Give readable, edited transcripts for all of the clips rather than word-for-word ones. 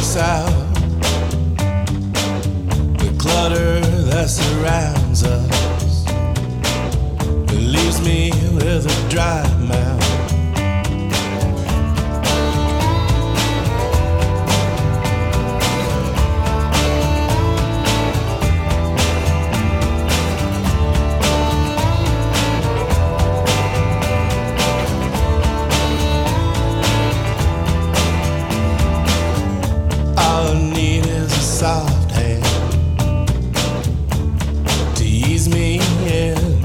blocks out the clutter that surrounds us. It leaves me with a dry mouth. Soft hand to ease me in.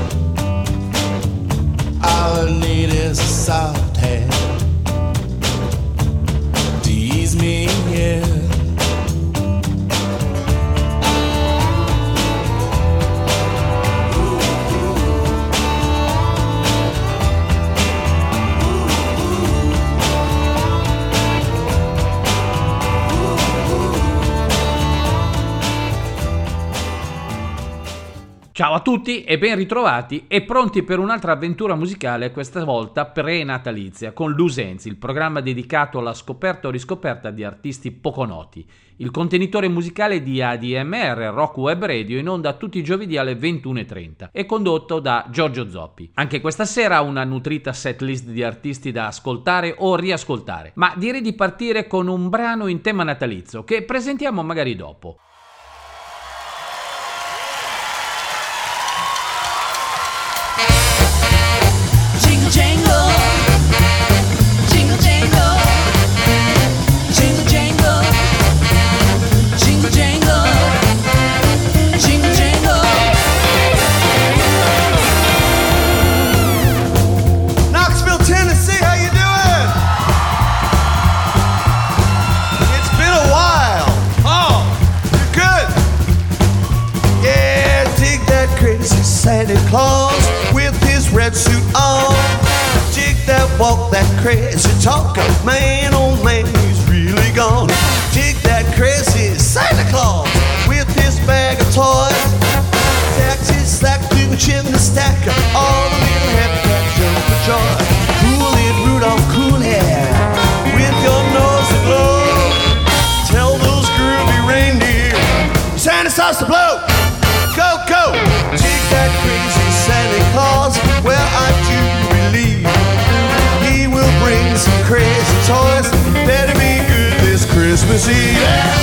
All I need is a soft hand to ease me in. Ciao a tutti e ben ritrovati e pronti per un'altra avventura musicale, questa volta pre-natalizia, con Lusenzi, il programma dedicato alla scoperta o riscoperta di artisti poco noti. Il contenitore musicale di ADMR, Rock Web Radio, in onda tutti i giovedì alle 21:30 e condotto da Giorgio Zoppi. Anche questa sera una nutrita setlist di artisti da ascoltare o riascoltare, ma direi di partire con un brano in tema natalizio che presentiamo magari dopo. Santa Claus with his red suit on. Jig that walk, that crazy talk, man, oh man, he's really gone. Jig that crazy Santa Claus with his bag of toys. Taxi stack to the chimney stack, all the little happy cats jump for joy. Cool it, Rudolph, cool it, with your nose aglow. Tell those groovy reindeer Santa starts to blow. Go, go! Jig that crazy Santa Claus, well, I do believe he will bring some crazy toys. Better be good this Christmas Eve. Yeah.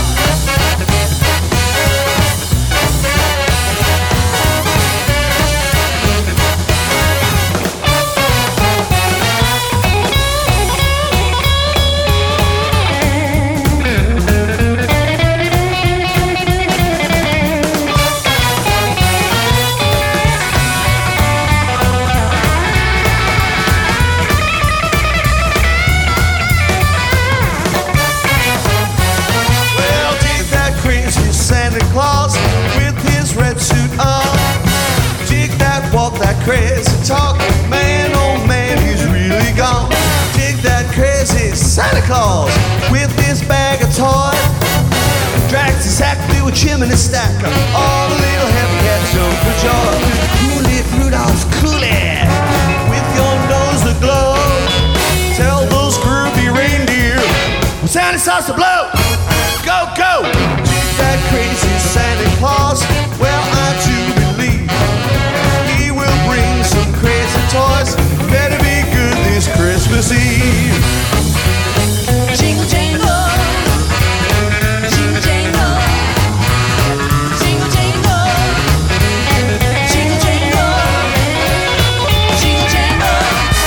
Crazy talk, man, oh man, he's really gone. Dig that crazy Santa Claus with his bag of toys. Drags his sack through a chimney stack, all the little happy cats jump for joy. Cool it, Rudolph, cool it, with your nose aglow. Tell those groovy reindeer when Santa starts to blow. Go, go! Dig that crazy Santa Claus, well, I do believe bring some crazy toys. Better be good this Christmas Eve. Jingle jangle, jingle jangle, jingle jangle, jingle jangle, jingle jangle.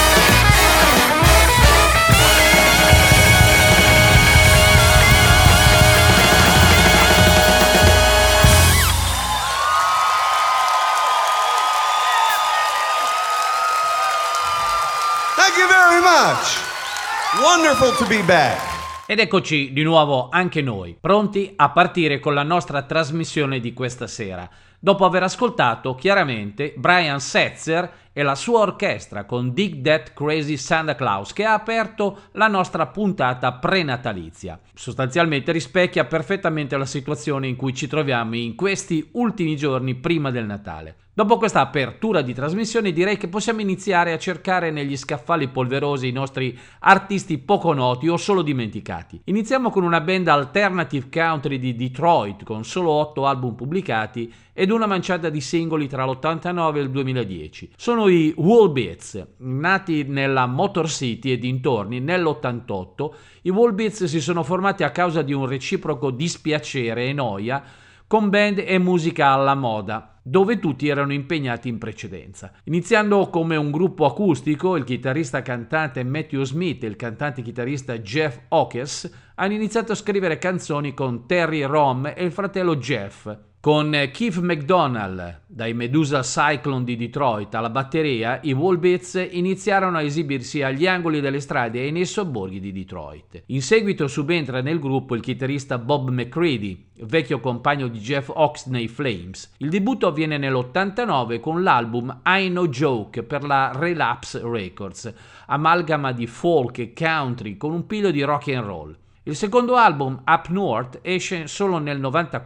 Thank you very much. Wonderful to be back. Ed eccoci di nuovo anche noi, pronti a partire con la nostra trasmissione di questa sera. Dopo aver ascoltato chiaramente Brian Setzer e la sua orchestra con Dig That Crazy Santa Claus, che ha aperto la nostra puntata prenatalizia. Sostanzialmente rispecchia perfettamente la situazione in cui ci troviamo in questi ultimi giorni prima del Natale. Dopo questa apertura di trasmissione direi che possiamo iniziare a cercare negli scaffali polverosi i nostri artisti poco noti o solo dimenticati. Iniziamo con una band alternative country di Detroit con solo 8 album pubblicati ed una manciata di singoli tra l'89 e il 2010. Sono i Volbeats. Nati nella Motor City e dintorni nell'88, i Volbeats si sono formati a causa di un reciproco dispiacere e noia con band e musica alla moda, dove tutti erano impegnati in precedenza. Iniziando come un gruppo acustico, il chitarrista cantante Matthew Smith e il cantante chitarrista Jeff Hawkes hanno iniziato a scrivere canzoni con Terry Rom e il fratello Jeff. Con Keith McDonald, dai Medusa Cyclone di Detroit alla batteria, i Volbeats iniziarono a esibirsi agli angoli delle strade e nei sobborghi di Detroit. In seguito subentra nel gruppo il chitarrista Bob McCready, vecchio compagno di Jeff Hawkes nei Flames. Il debutto avviene nell'89 con l'album I No Joke per la Relapse Records, amalgama di folk e country con un pilo di rock and roll. Il secondo album, Up North, esce solo nel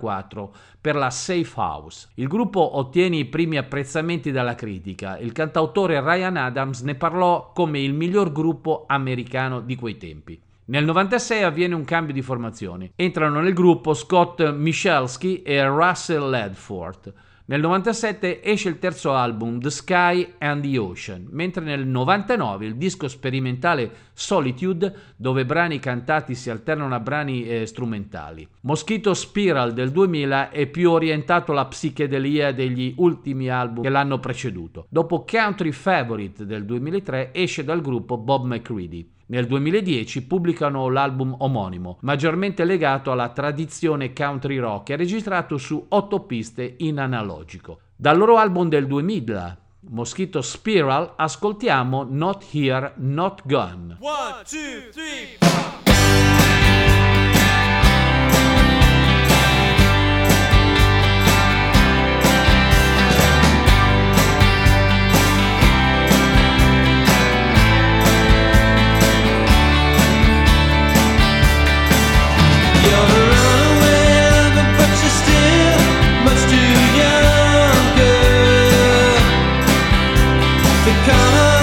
94 per la Safe House. Il gruppo ottiene i primi apprezzamenti dalla critica. Il cantautore Ryan Adams ne parlò come il miglior gruppo americano di quei tempi. Nel 96 avviene un cambio di formazione. Entrano nel gruppo Scott Michalski e Russell Ledford. Nel 97 esce il terzo album The Sky and the Ocean, mentre nel 99 il disco sperimentale Solitude, dove brani cantati si alternano a brani strumentali. Mosquito Spiral del 2000 è più orientato alla psichedelia degli ultimi album che l'hanno preceduto. Dopo Country Favorite del 2003 esce dal gruppo Bob McCready. Nel 2010 pubblicano l'album omonimo, maggiormente legato alla tradizione country rock e registrato su 8 piste in analogico. Dal loro album del 2000, Mosquito Spiral, ascoltiamo Not Here, Not Gone. 1, 2, 3, 4.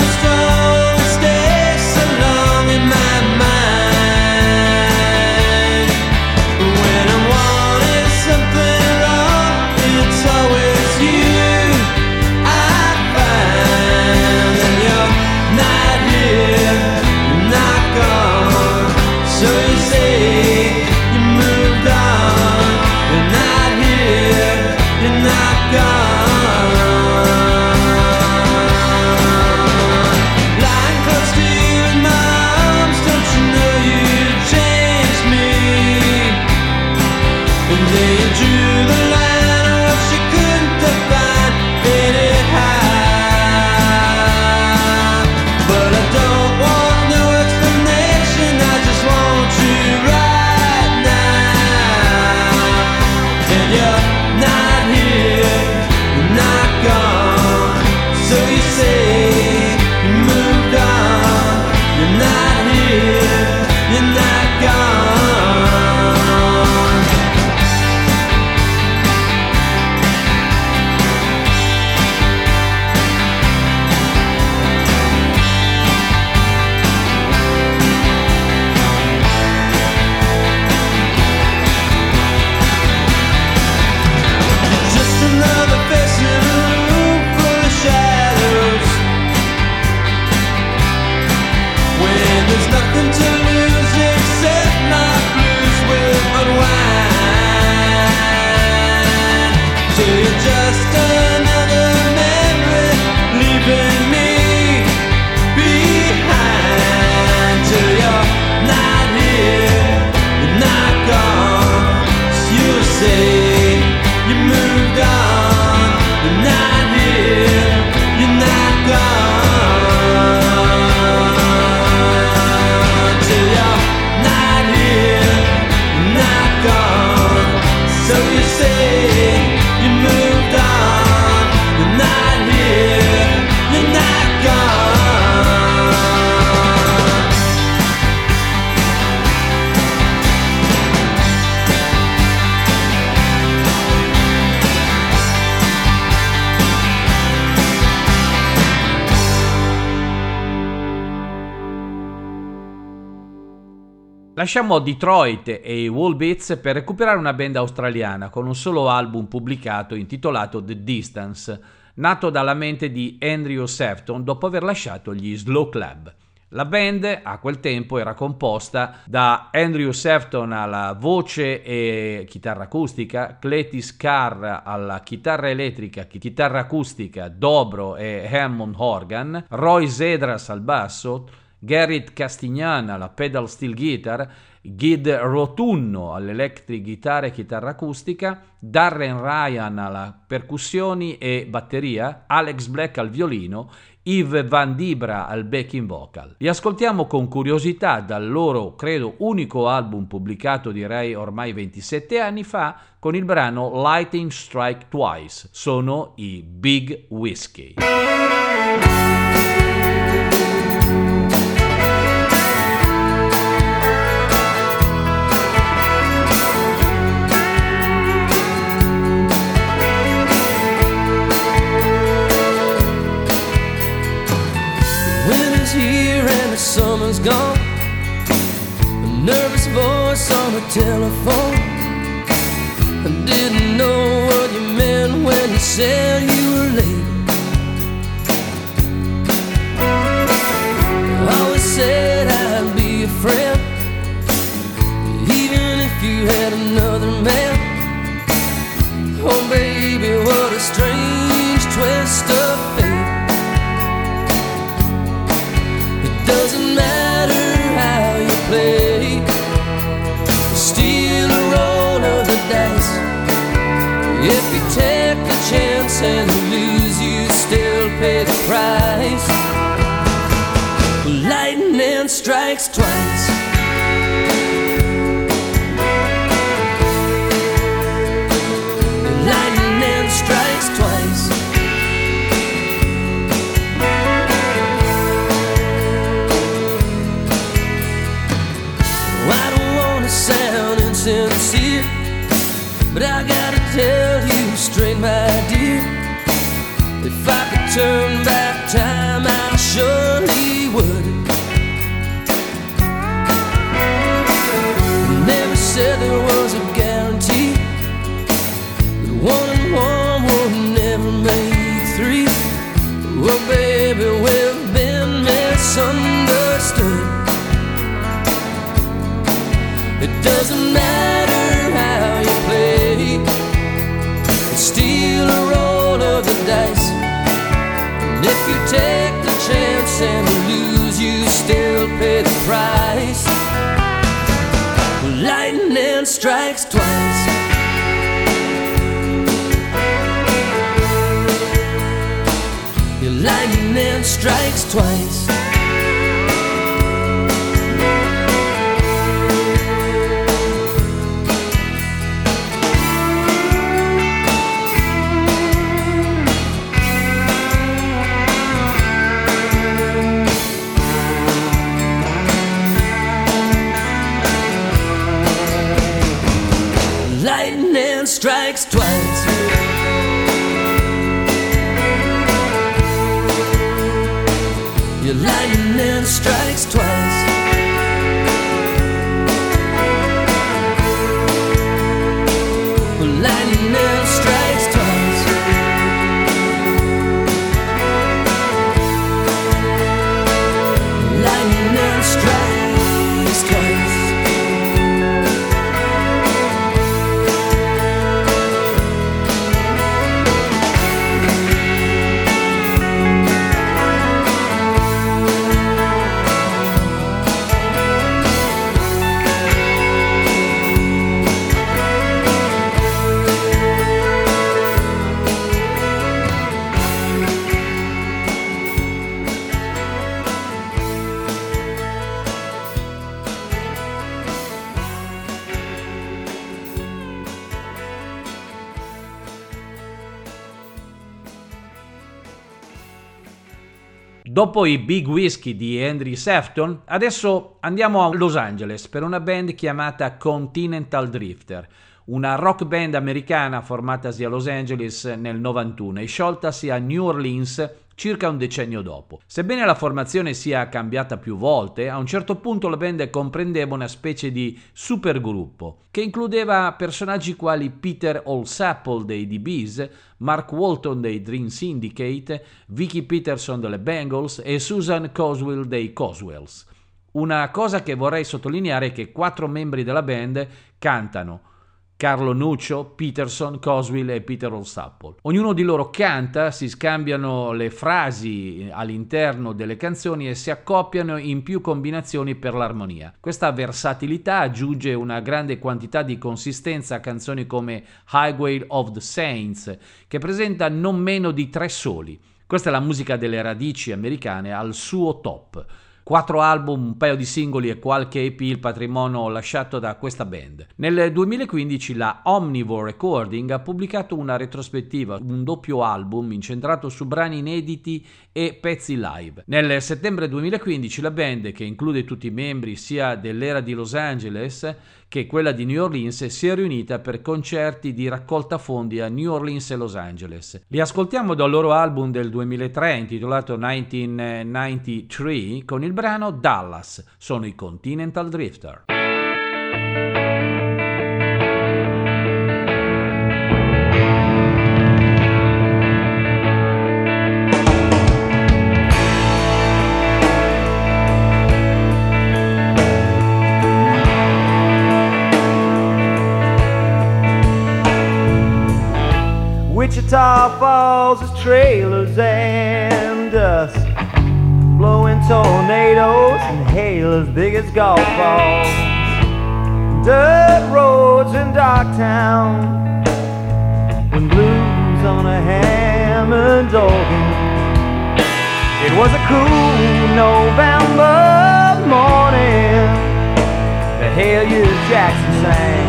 Strong, stay so long in my mind. Lasciamo Detroit e i Volbeats per recuperare una band australiana con un solo album pubblicato intitolato The Distance, nato dalla mente di Andrew Sefton dopo aver lasciato gli Slow Club. La band a quel tempo era composta da Andrew Sefton alla voce e chitarra acustica, Cletus Carr alla chitarra elettrica, chitarra acustica, dobro e Hammond organ, Roy Zedras al basso, Gerrit Castagnan alla pedal steel guitar, Gid Rotunno all'electric guitar e chitarra acustica, Darren Ryan alla percussioni e batteria, Alex Black al violino, Yves Van Dibra al backing vocal. Li ascoltiamo con curiosità dal loro, credo, unico album pubblicato direi ormai 27 anni fa con il brano Lightning Strike Twice. Sono i Big Whiskey. Summer's gone. A nervous voice on the telephone. I didn't know what you meant when you said you were late. I always said I'd be a friend, even if you had another man. Oh baby, what a strange twist of fate. Doesn't matter how you play, still a roll of the dice. If you take the chance and lose, you still pay the price. Lightning strikes twice. Lightning strikes twice. Sound insincere, but I gotta tell you straight, my dear, if I could turn back time, I surely would. Never said there was a guarantee that 1 and 1 would never make 3. Well, baby, we've been misunderstood. It doesn't matter how you play, it's still a roll of the dice. And if you take the chance and lose, you still pay the price. Lightning strikes twice. Lightning strikes twice. Lightning strikes twice. Your lightning strikes twice. Lightning strikes twice. Lightning strikes twice. Dopo i Big Whiskey di Andrew Sefton, adesso andiamo a Los Angeles per una band chiamata Continental Drifter, una rock band americana formatasi a Los Angeles nel 91 e scioltasi a New Orleans circa un decennio dopo. Sebbene la formazione sia cambiata più volte, a un certo punto la band comprendeva una specie di supergruppo che includeva personaggi quali Peter Allsapple dei DBs, Mark Walton dei Dream Syndicate, Vicky Peterson delle Bangles e Susan Coswell dei Coswells. Una cosa che vorrei sottolineare è che 4 membri della band cantano: Carlo Nuccio, Peterson, Coswell e Peter Allsapple. Ognuno di loro canta, si scambiano le frasi all'interno delle canzoni e si accoppiano in più combinazioni per l'armonia. Questa versatilità aggiunge una grande quantità di consistenza a canzoni come Highway of the Saints, che presenta non meno di 3 soli. Questa è la musica delle radici americane al suo top. 4 album, un paio di singoli e qualche EP il patrimonio lasciato da questa band. Nel 2015 la Omnivore Recording ha pubblicato una retrospettiva, un doppio album incentrato su brani inediti e pezzi live. Nel settembre 2015 la band, che include tutti i membri sia dell'era di Los Angeles che quella di New Orleans, si è riunita per concerti di raccolta fondi a New Orleans e Los Angeles. Li ascoltiamo dal loro album del 2003 intitolato 1993 con il brano Dallas. Sono i Continental Drifter. Wichita Falls is trailers and dust, blowing tornadoes and hail as big as golf balls. Dirt roads in Darktown, when blues on a Hammond organ. It was a cool November morning that Hail You Jackson sang.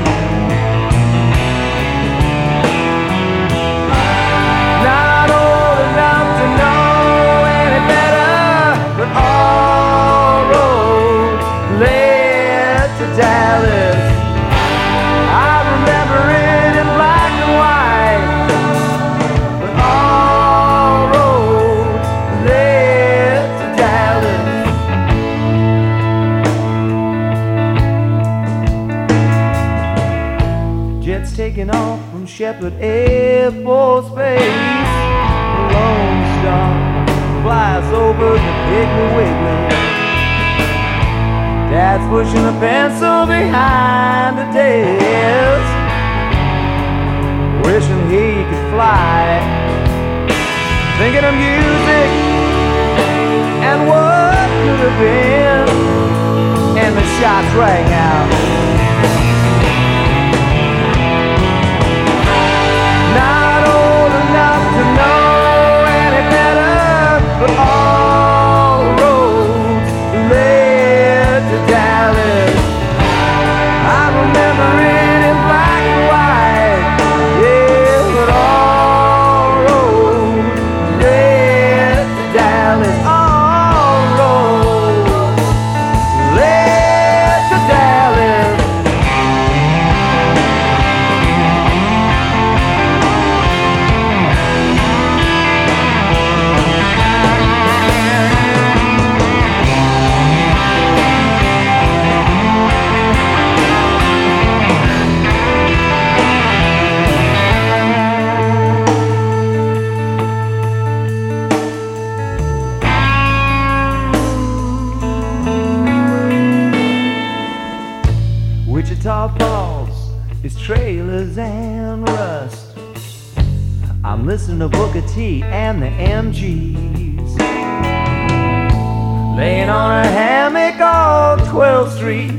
Dallas, I remember it in black and white, but all roads led to Dallas. Jets taking off from Shepherd Air Force Base. The Lone Star flies over the Piggly Wiggly. Dad's pushing a pencil behind the desk, wishing he could fly, thinking of music and what could have been, and the shots rang out. Not old enough to know any better, but all roads led to Dallas. I remember it in black and white, yeah, but all roads led to Dallas. All roads led to Dallas. Wichita Falls is trailers and rust. I'm listening to Booker T and the MGs, laying on a hammock on 12th Street,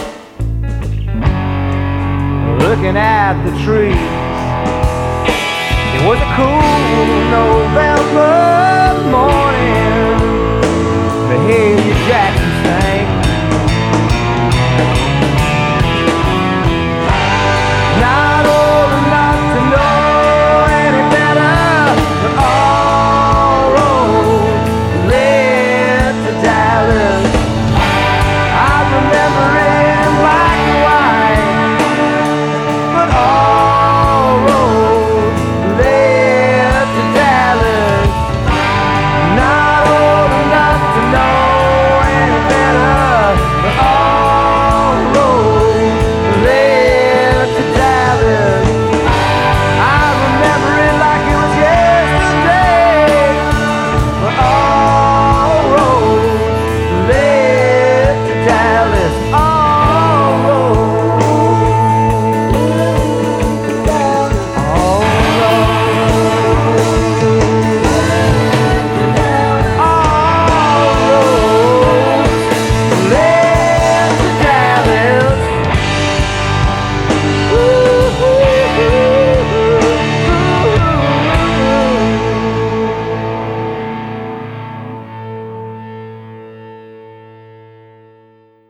looking at the trees. It was a cool November morning, the Hail You Jackson sang. Not old enough to know any better, but all roads led to Dallas. I remember it in black and white, but all roads led to Dallas.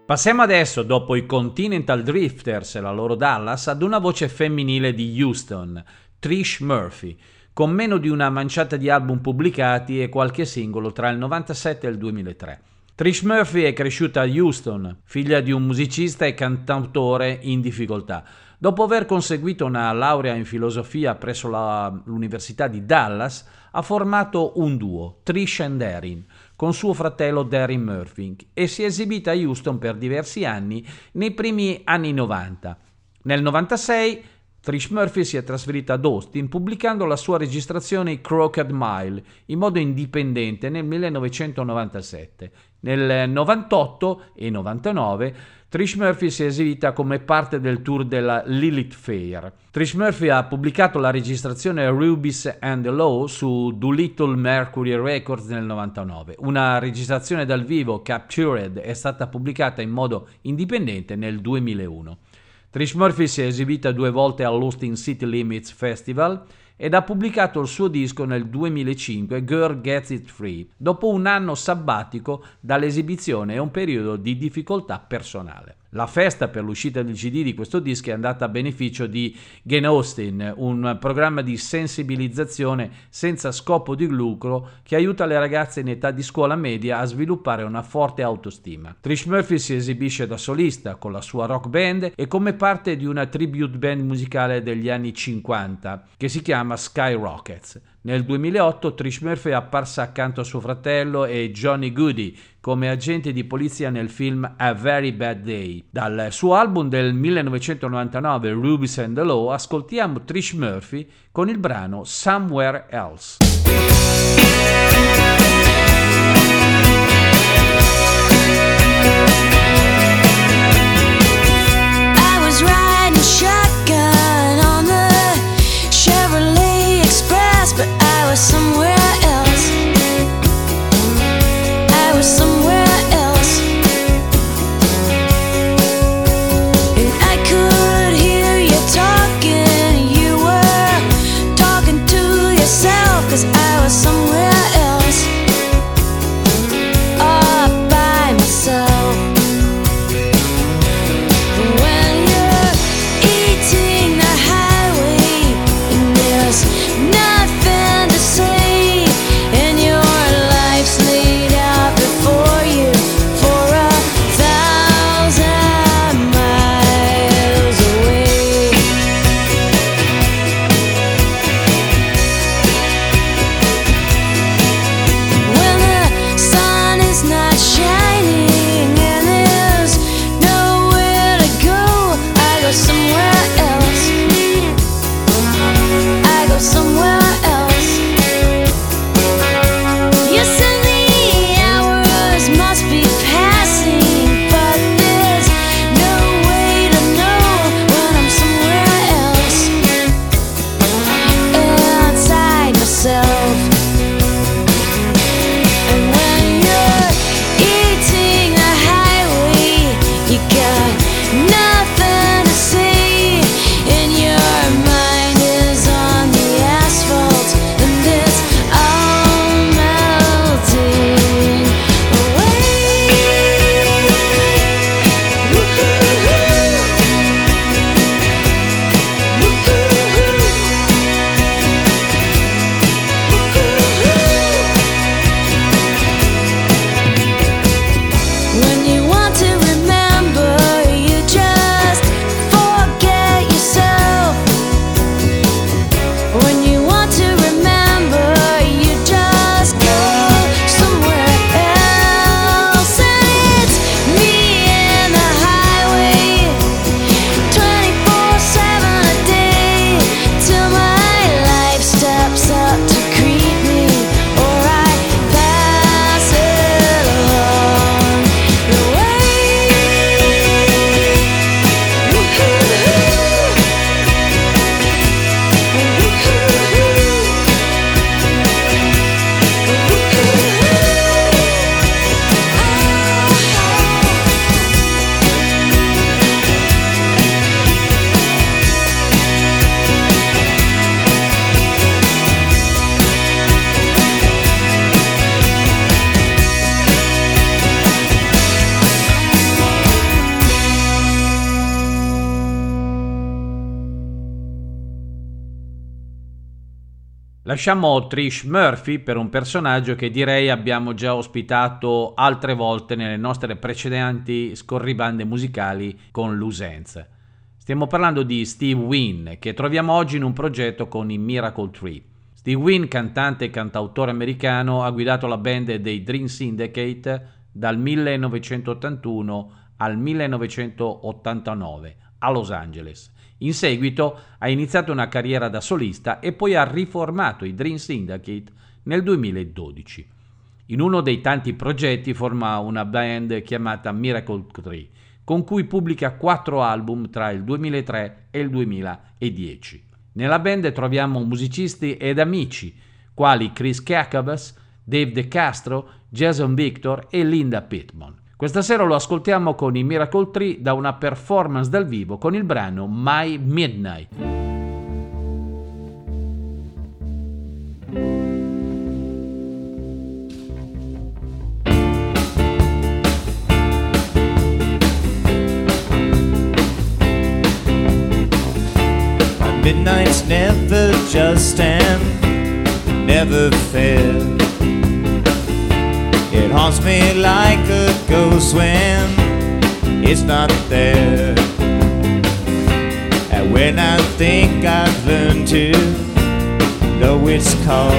Passiamo adesso, dopo i Continental Drifters e la loro Dallas, ad una voce femminile di Houston, Trish Murphy, con meno di una manciata di album pubblicati e qualche singolo tra il 97 e il 2003. Trish Murphy è cresciuta a Houston, figlia di un musicista e cantautore in difficoltà. Dopo aver conseguito una laurea in filosofia presso l'Università di Dallas, ha formato un duo, Trish and Erin, con suo fratello Darren Murphy, e si è esibita a Houston per diversi anni nei primi anni 90. Nel 96 Trish Murphy si è trasferita ad Austin pubblicando la sua registrazione Crooked Mile in modo indipendente nel 1997. Nel 98 e 99 Trish Murphy si è esibita come parte del tour della Lilith Fair. Trish Murphy ha pubblicato la registrazione Rubies and the Law su Doolittle Mercury Records nel 99. Una registrazione dal vivo, Captured, è stata pubblicata in modo indipendente nel 2001. Trish Murphy si è esibita 2 volte all'Austin City Limits Festival ed ha pubblicato il suo disco nel 2005, Girl Gets It Free, dopo un anno sabbatico dall'esibizione e un periodo di difficoltà personale. La festa per l'uscita del CD di questo disco è andata a beneficio di Gain Austin, un programma di sensibilizzazione senza scopo di lucro che aiuta le ragazze in età di scuola media a sviluppare una forte autostima. Trish Murphy si esibisce da solista con la sua rock band e come parte di una tribute band musicale degli anni 50 che si chiama Sky Rockets. Nel 2008 Trish Murphy è apparsa accanto a suo fratello e Johnny Goody come agente di polizia nel film A Very Bad Day. Dal suo album del 1999 Rubies and the Law ascoltiamo Trish Murphy con il brano Somewhere Else. I was riding shotgun on the Chevrolet Express, but I was somewhere else. I was somewhere else. And I could hear you talking. You were talking to yourself, 'cause I was somewhere Lasciamo Trish Murphy per un personaggio che direi abbiamo già ospitato altre volte nelle nostre precedenti scorribande musicali con l'usenza. Stiamo parlando di Steve Wynn, che troviamo oggi in un progetto con i Miracle Tree. Steve Wynn, cantante e cantautore americano, ha guidato la band dei Dream Syndicate dal 1981 al 1989 a Los Angeles. In seguito ha iniziato una carriera da solista e poi ha riformato i Dream Syndicate nel 2012. In uno dei tanti progetti forma una band chiamata Miracle Tree, con cui pubblica 4 album tra il 2003 e il 2010. Nella band troviamo musicisti ed amici, quali Chris Cacavas, Dave De Castro, Jason Victor e Linda Pittman. Questa sera lo ascoltiamo con i Miracle Tree da una performance dal vivo con il brano My Midnight. My midnight's never just and never fair. It haunts me like a ghost when it's not there. And when I think I've learned to know its call,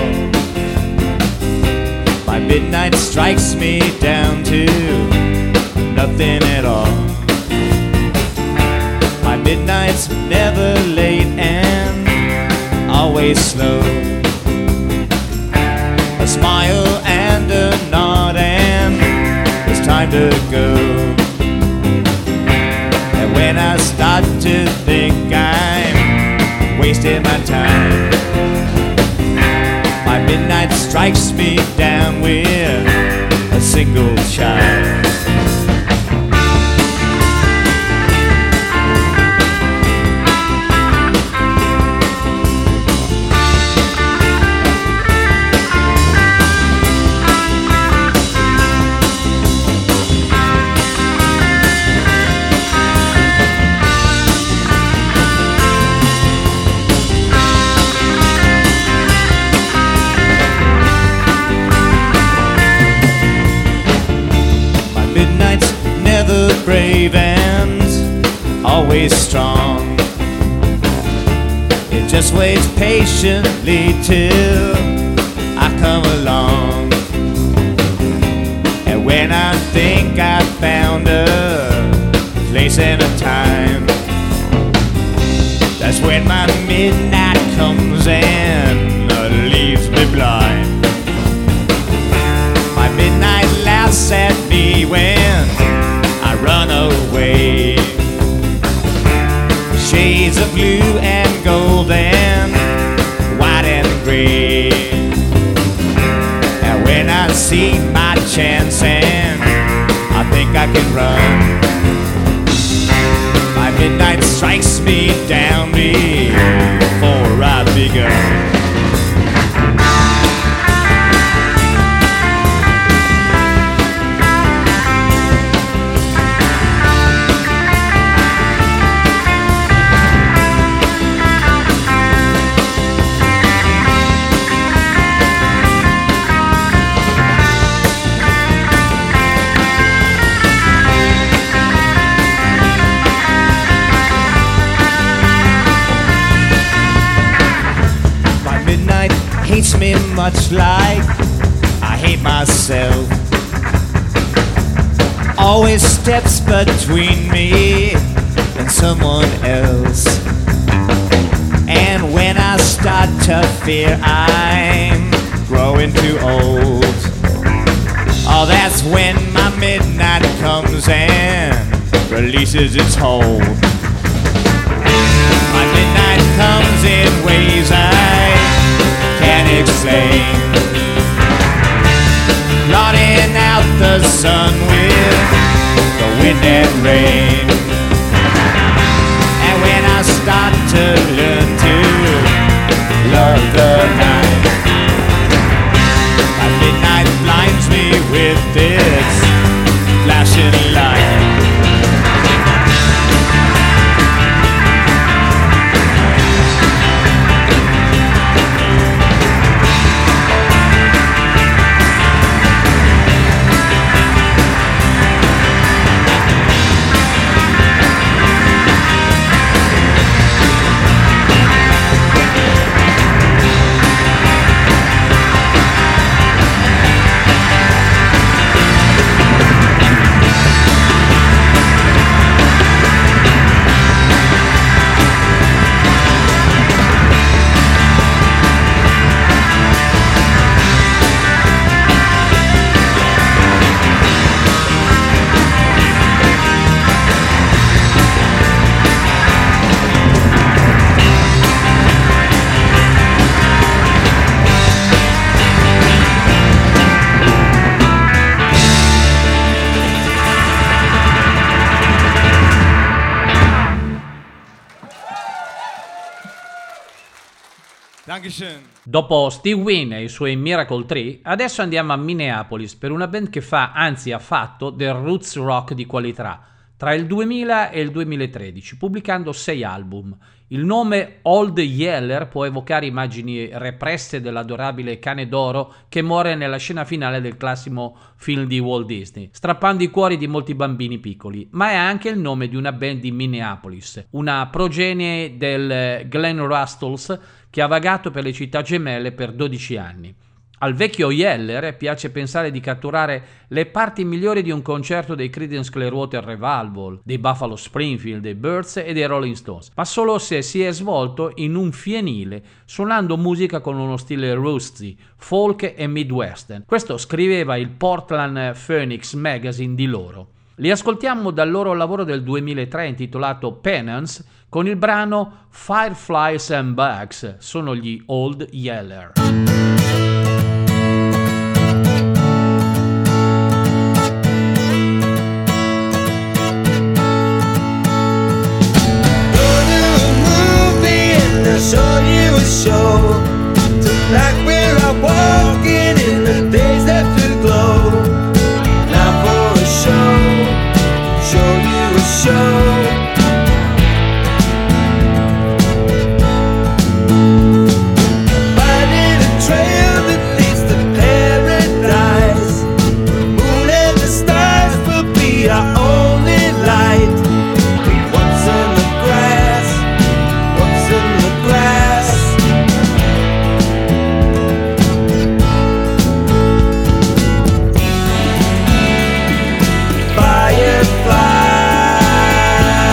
my midnight strikes me down to nothing at all. My midnight's never late and always slow. A smile and a nod and it's time to go. And when I start to think I'm wasting my time, my midnight strikes me down with a single chime. Brave and always strong. It just waits patiently till I come along. And when I think I've found a place and a time, that's when my midnight comes and leaves me blind. My midnight laughs at me when I run away. Shades of blue and gold and white and gray. And when I see my chance and I think I can run, my midnight strikes me down before I've begun. Hates me much like I hate myself. Always steps between me and someone else. And when I start to fear I'm growing too old, oh, that's when my midnight comes and releases its hold. My midnight comes in ways I can't explain, blotting out the sun with the wind and rain. And when I start to learn to love the night, my midnight blinds me with its flashing light. Dankeschön. Dopo Steve Wynn e i suoi Miracle 3, adesso andiamo a Minneapolis per una band che fa, anzi ha fatto, del roots rock di qualità tra il 2000 e il 2013, pubblicando 6 album. Il nome Old Yeller può evocare immagini represse dell'adorabile cane d'oro che muore nella scena finale del classico film di Walt Disney, strappando i cuori di molti bambini piccoli, ma è anche il nome di una band di Minneapolis, una progenie del Glenn Rustles che ha vagato per le città gemelle per 12 anni. Al vecchio Yeller piace pensare di catturare le parti migliori di un concerto dei Creedence Clearwater Revival, dei Buffalo Springfield, dei Byrds e dei Rolling Stones, ma solo se si è svolto in un fienile, suonando musica con uno stile rusty, folk e midwestern. Questo scriveva il Portland Phoenix Magazine di loro. Li ascoltiamo dal loro lavoro del 2003 intitolato Penance con il brano Fireflies and Bugs, sono gli Old Yeller. Show you a show tonight. We're out walking in the days that will glow. Now for a show you a show. Finding a trail that leads to paradise. The moon and the stars will be our only light. What's in the grass? What's in the grass? Fireflies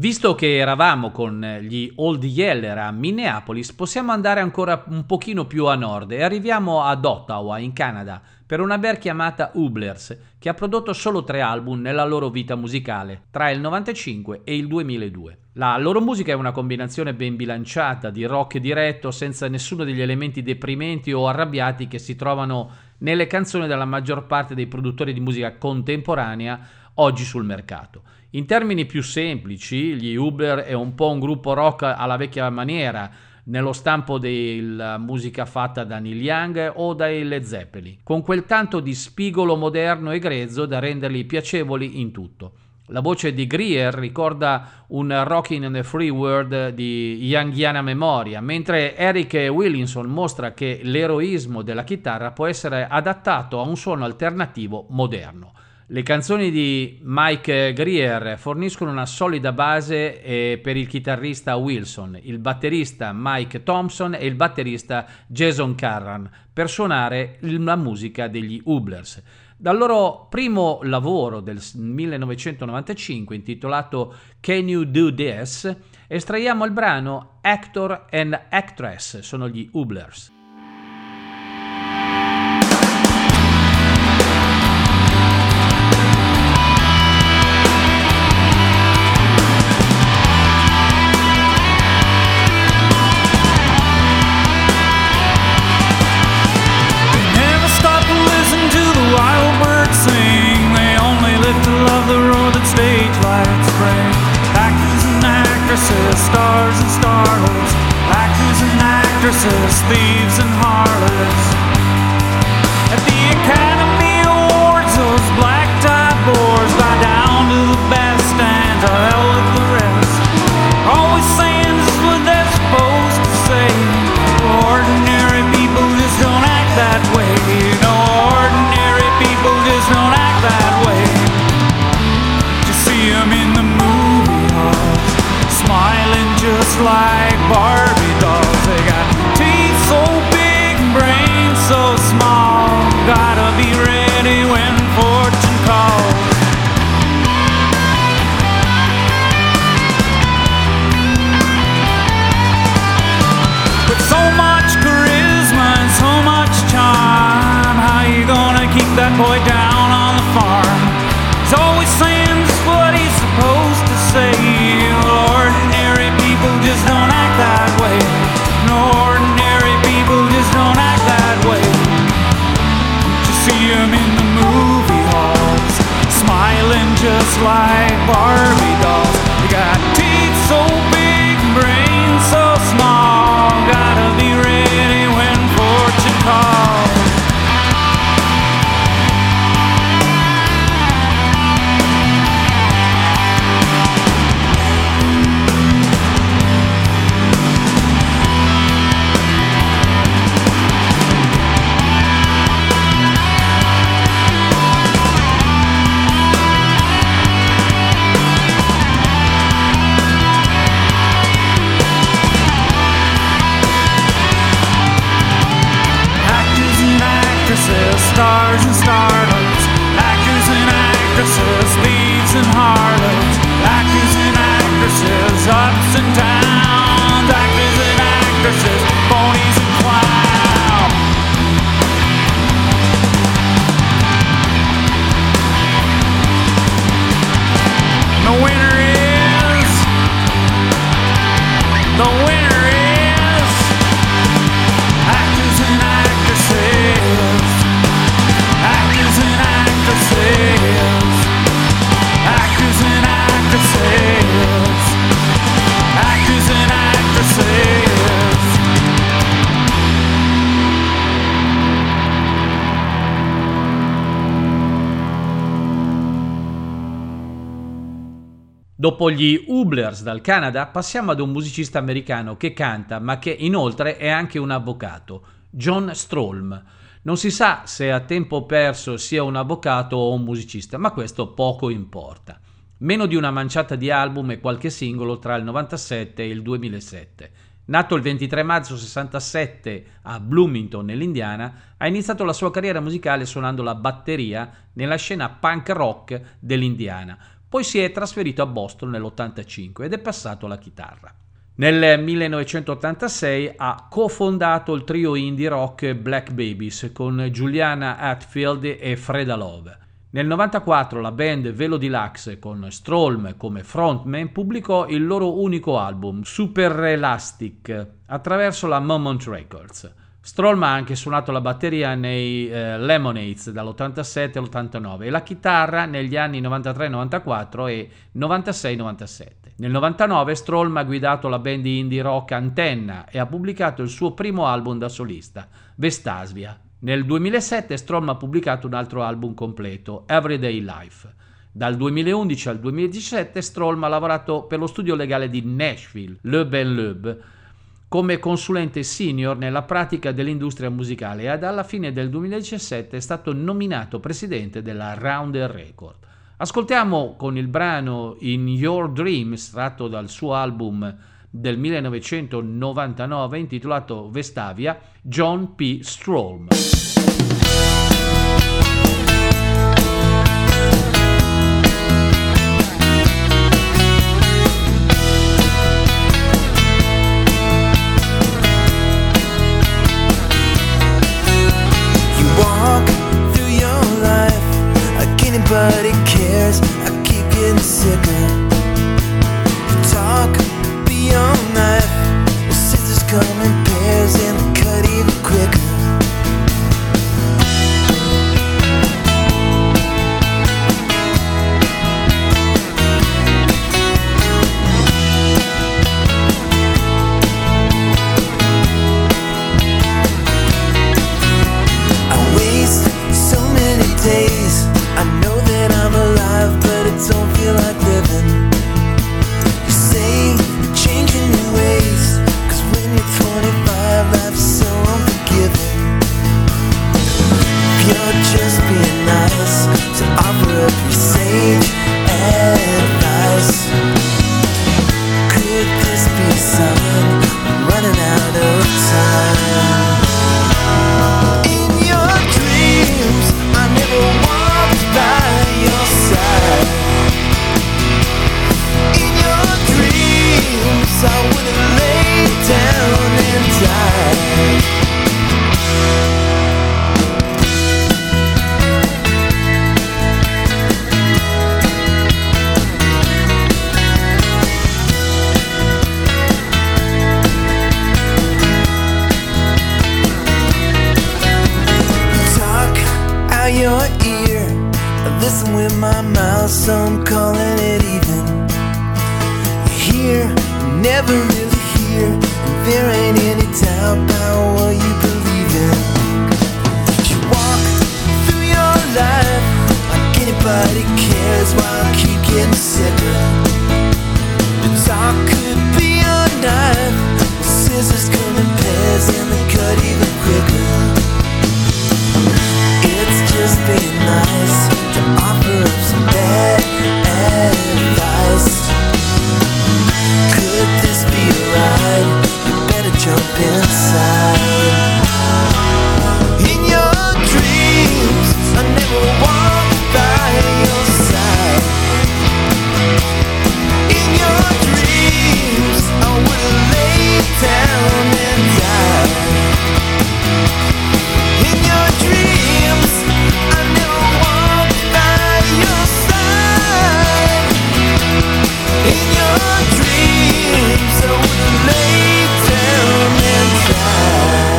Visto che eravamo con gli Old Yeller a Minneapolis, possiamo andare ancora un pochino più a nord e arriviamo ad Ottawa, in Canada, per una band chiamata Hooblers, che ha prodotto solo 3 album nella loro vita musicale, tra il 95 e il 2002. La loro musica è una combinazione ben bilanciata di rock diretto, senza nessuno degli elementi deprimenti o arrabbiati che si trovano nelle canzoni della maggior parte dei produttori di musica contemporanea oggi sul mercato. In termini più semplici, gli Hooblers è un po' un gruppo rock alla vecchia maniera, nello stampo della musica fatta da Neil Young o dai Led Zeppelin, con quel tanto di spigolo moderno e grezzo da renderli piacevoli in tutto. La voce di Greer ricorda un Rockin' in the Free World di Youngiana memoria, mentre Eric Williamson mostra che l'eroismo della chitarra può essere adattato a un suono alternativo moderno. Le canzoni di Mike Greer forniscono una solida base per il chitarrista Wilson, il batterista Mike Thompson e il batterista Jason Carran per suonare la musica degli Hooblers. Dal loro primo lavoro del 1995 intitolato Can You Do This estraiamo il brano Actor and Actress, sono gli Hooblers. Stars and starlets, actors and actresses, thieves and harlots. At the Academy Awards, those black tie boards bow down to the best and to hell with the rest. Always saying just what they're supposed to say. Ordinary people just don't act that way. No, ordinary people just don't act that way. You see them in the movie halls, smiling just like Barbie dolls. They got teeth so big and brains so small. Gotta be ready when fortune calls. With so much charisma and so much charm, how you gonna keep that boy down on the farm? He's always saying just what he's supposed to say. Ordinary people just don't act that way. No, ordinary people just don't act that way. You see them in the movie halls, smiling just like Barbie dolls. They got teeth so big, brains so small. Gotta be ready when fortune calls. Stars and starlets, actors and actresses, thieves and harlots, actors and actresses, ups and downs, actors and actresses, phonies and clowns. The winner is actors and actresses. Actors and actresses, actors and actresses, actors and actresses. Dopo gli Hooblers dal Canada passiamo ad un musicista americano che canta ma che inoltre è anche un avvocato, John Strom. Non si sa se a tempo perso sia un avvocato o un musicista, ma questo poco importa. Meno di una manciata di album e qualche singolo tra il 97 e il 2007. Nato il 23 maggio 67 a Bloomington, nell'Indiana, ha iniziato la sua carriera musicale suonando la batteria nella scena punk rock dell'Indiana. poi si è trasferito a Boston nell'85 ed è passato alla chitarra. Nel 1986 ha cofondato il trio indie rock Black Babies con Juliana Hatfield e Freda Love. Nel 1994 la band Velo Deluxe con Strohm come frontman pubblicò il loro unico album, Super Elastic, attraverso la Moment Records. Strohm ha anche suonato la batteria nei Lemonades dall'87 all'89 e la chitarra negli anni 93-94 e 96-97. Nel 99 Strohm ha guidato la band indie rock Antenna e ha pubblicato il suo primo album da solista, Vestasvia. Nel 2007 Strohm ha pubblicato un altro album completo, Everyday Life. Dal 2011 al 2017 Strohm ha lavorato per lo studio legale di Nashville, Loeb & Loeb, come consulente senior nella pratica dell'industria musicale e alla fine del 2017 è stato nominato presidente della Rounder Record. Ascoltiamo con il brano In Your Dreams, tratto dal suo album del 1999 intitolato Vestavia, John P. Strohm. Anybody cares, I keep getting sicker. You talk beyond knife, well, scissors come in pairs and they cut even quicker. I waste so many days, I know that I'm alive, but it don't feel like living. You say you're changing your ways, 'cause when you're 25, life's so unforgiving. If you're just being nice, to offer up your sage advice, could this be a sign I'm running out of time? In your dreams, I never walked by your side. In your dreams, I wouldn't lay down and die. Talk out your ear, listen with my mouth, so I'm calling it even. You hear, never really hear, and there ain't any doubt about what you believe in. You walk through your life like anybody cares, while I keep getting sicker. The talk could be a knife, the scissors come in pairs and they cut even quicker. It's just being nice to offer up some bad advice. Could this be a ride? You better jump inside. In your dreams, I never walked by your side. In your dreams, I would've laid down and died. In your dreams, I never walked by your side. In your dreams, I would've laid down and died.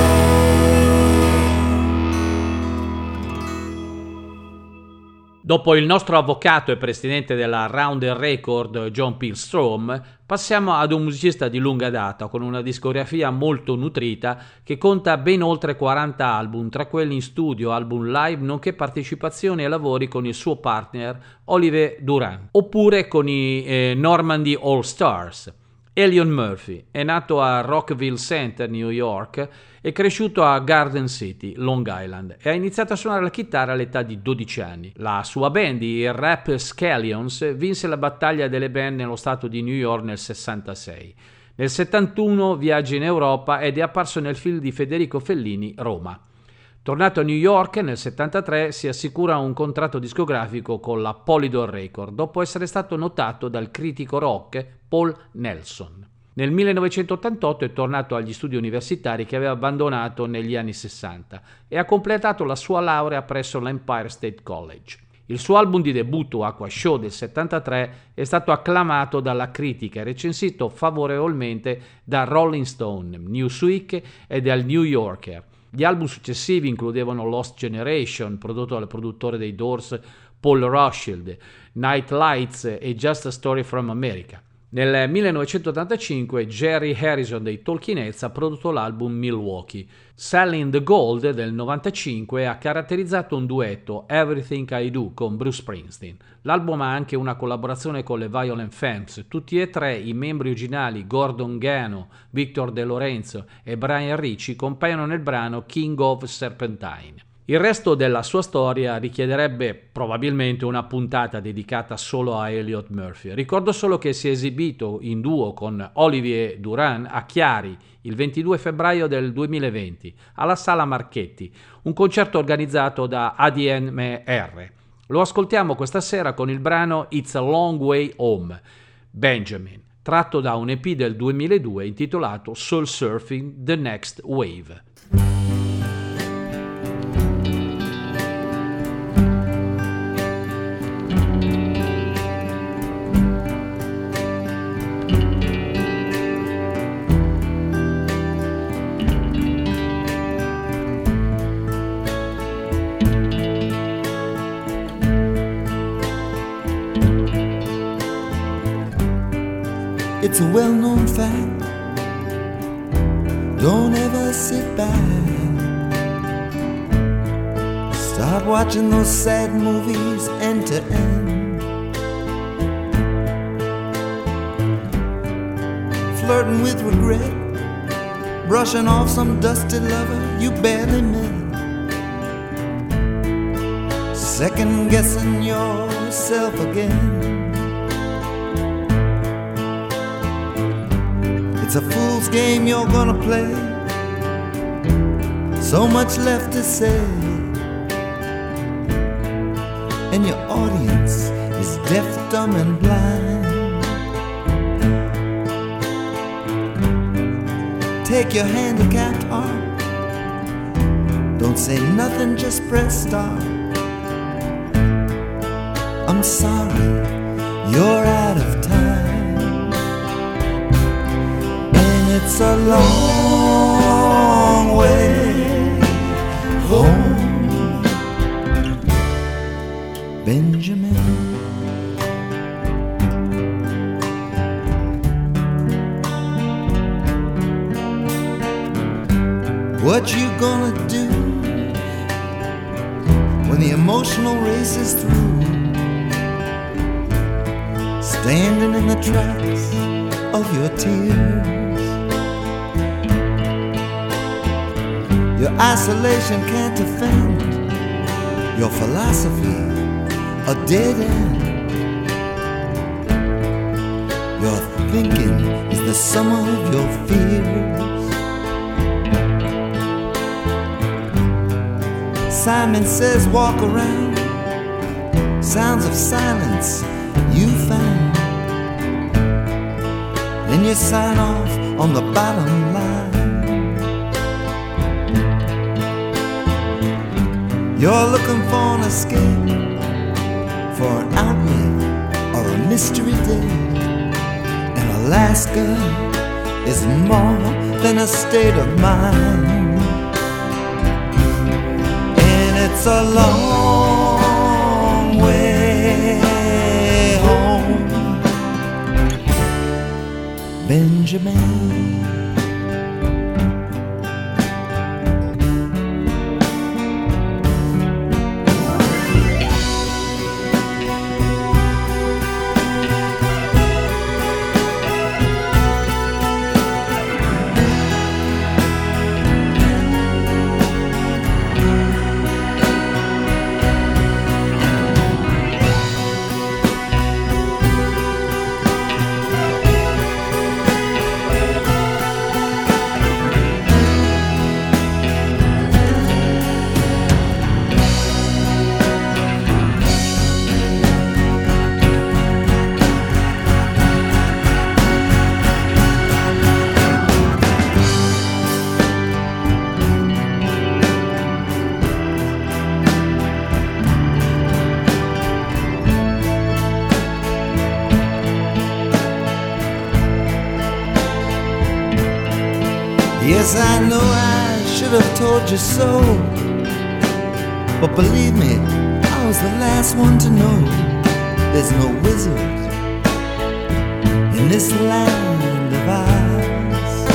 Dopo il nostro avvocato e presidente della Rounder Record, John P. Strohm, passiamo ad un musicista di lunga data con una discografia molto nutrita che conta ben oltre 40 album, tra quelli in studio, album live, nonché partecipazioni e lavori con il suo partner Oliver Duran, oppure con i Normandy All Stars. Elion Murphy è nato a Rockville Center, New York, è cresciuto a Garden City, Long Island, e ha iniziato a suonare la chitarra all'età di 12 anni. La sua band, i Rapscallions, vinse la battaglia delle band nello stato di New York nel 66. Nel 71 viaggia in Europa ed è apparso nel film di Federico Fellini, Roma. Tornato a New York nel 1973 si assicura un contratto discografico con la Polydor Record dopo essere stato notato dal critico rock Paul Nelson. Nel 1988 è tornato agli studi universitari che aveva abbandonato negli anni 60 e ha completato la sua laurea presso l'Empire State College. Il suo album di debutto, Aqua Show del 73, è stato acclamato dalla critica e recensito favorevolmente da Rolling Stone, Newsweek e dal New Yorker. Gli album successivi includevano Lost Generation, prodotto dal produttore dei Doors Paul Rothchild, Night Lights e Just a Story from America. Nel 1985 Jerry Harrison dei Talking Heads ha prodotto l'album Milwaukee. Selling the Gold del 95 ha caratterizzato un duetto, Everything I Do, con Bruce Springsteen. L'album ha anche una collaborazione con le Violent Femmes. Tutti e tre i membri originali, Gordon Gano, Victor De Lorenzo e Brian Ricci, compaiono nel brano King of Serpentine. Il resto della sua storia richiederebbe probabilmente una puntata dedicata solo a Elliott Murphy. Ricordo solo che si è esibito in duo con Olivier Durand a Chiari il 22 febbraio del 2020 alla Sala Marchetti, un concerto organizzato da ADMR. Lo ascoltiamo questa sera con il brano It's a Long Way Home, Benjamin, tratto da un EP del 2002 intitolato Soul Surfing The Next Wave. It's a well-known fact. Don't ever sit back. Start watching those sad movies end to end. Flirting with regret, brushing off some dusty lover you barely met. Second guessing yourself again. It's a fool's game you're gonna play. So much left to say, and your audience is deaf, dumb, and blind. Take your handicapped heart. Don't say nothing, just press start. I'm sorry, you're out of time. It's a long way home, Benjamin. What you gonna do when the emotional race is through? Standing in the tracks of your tears. Your isolation can't defend your philosophy, a dead end. Your thinking is the sum of your fears. Simon says walk around, sounds of silence you found. Then you sign off on the bottom line. You're looking for an escape, for an outlet or a mystery day. And Alaska is more than a state of mind. And it's a long way home, Benjamin. Yes, I know I should have told you so, but believe me, I was the last one to know. There's no wizard in this land of ours.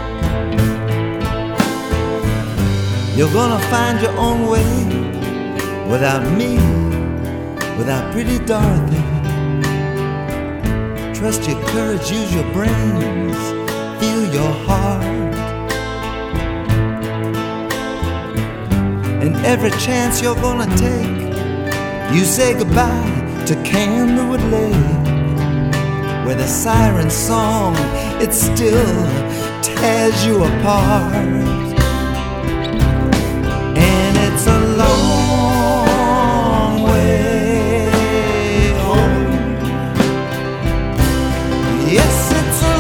You're gonna find your own way without me, without pretty Dorothy. Trust your courage, use your brains, feel your heart. And every chance you're gonna take, you say goodbye to Candlewood Lake, where the siren song, it still tears you apart. And it's a long way home. Yes, it's a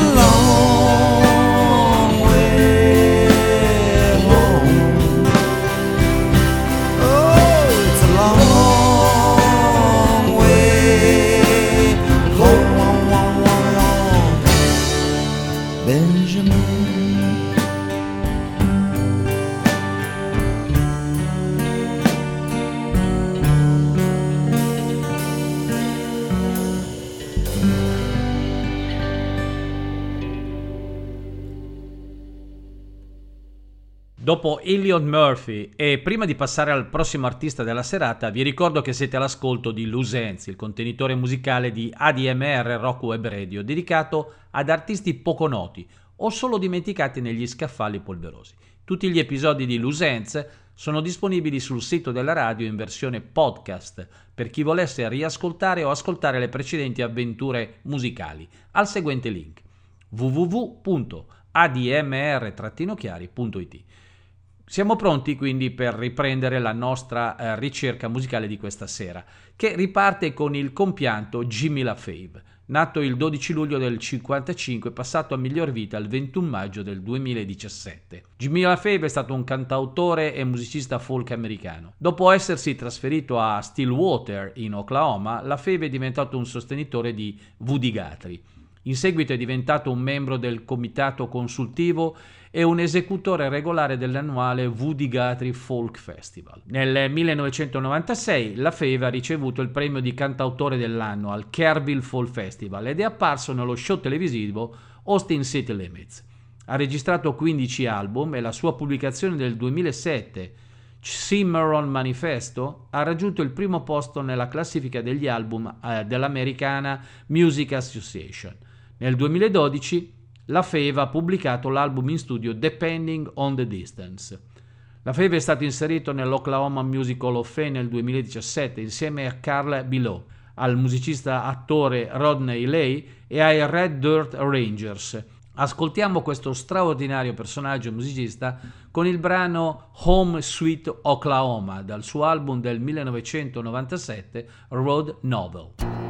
long way home. Oh, it's a long way home, Benjamin. Dopo Elliot Murphy e prima di passare al prossimo artista della serata, vi ricordo che siete all'ascolto di Loose Ends, il contenitore musicale di ADMR Rock Web Radio, dedicato ad artisti poco noti o solo dimenticati negli scaffali polverosi. Tutti gli episodi di Loose Ends sono disponibili sul sito della radio in versione podcast per chi volesse riascoltare o ascoltare le precedenti avventure musicali al seguente link: www.admr-chiari.it. Siamo pronti quindi per riprendere la nostra ricerca musicale di questa sera, che riparte con il compianto Jimmy LaFave, nato il 12 luglio del 1955, passato a miglior vita il 21 maggio del 2017. Jimmy LaFave è stato un cantautore e musicista folk americano. Dopo essersi trasferito a Stillwater in Oklahoma, LaFave è diventato un sostenitore di Woody Guthrie. In seguito è diventato un membro del comitato consultivo e un esecutore regolare dell'annuale Woody Guthrie Folk Festival. Nel 1996 LaFave ha ricevuto il premio di cantautore dell'anno al Kerrville Folk Festival ed è apparso nello show televisivo Austin City Limits. Ha registrato 15 album e la sua pubblicazione del 2007, Cimarron Manifesto, ha raggiunto il primo posto nella classifica degli album dell'americana Music Association. Nel 2012 LaFave ha pubblicato l'album in studio Depending on the Distance. LaFave è stato inserito nell'Oklahoma Music Hall of Fame nel 2017 insieme a Carl Below, al musicista attore Rodney Lay e ai Red Dirt Rangers. Ascoltiamo questo straordinario personaggio musicista con il brano Home Sweet Oklahoma dal suo album del 1997 Road Novel.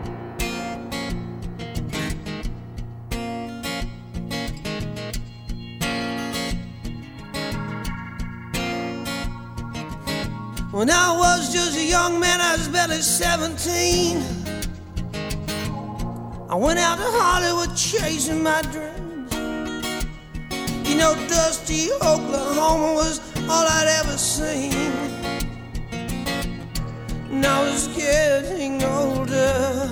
When I was just a young man, I was barely 17. I went out to Hollywood chasing my dreams. You know, dusty Oklahoma was all I'd ever seen. And I was getting older.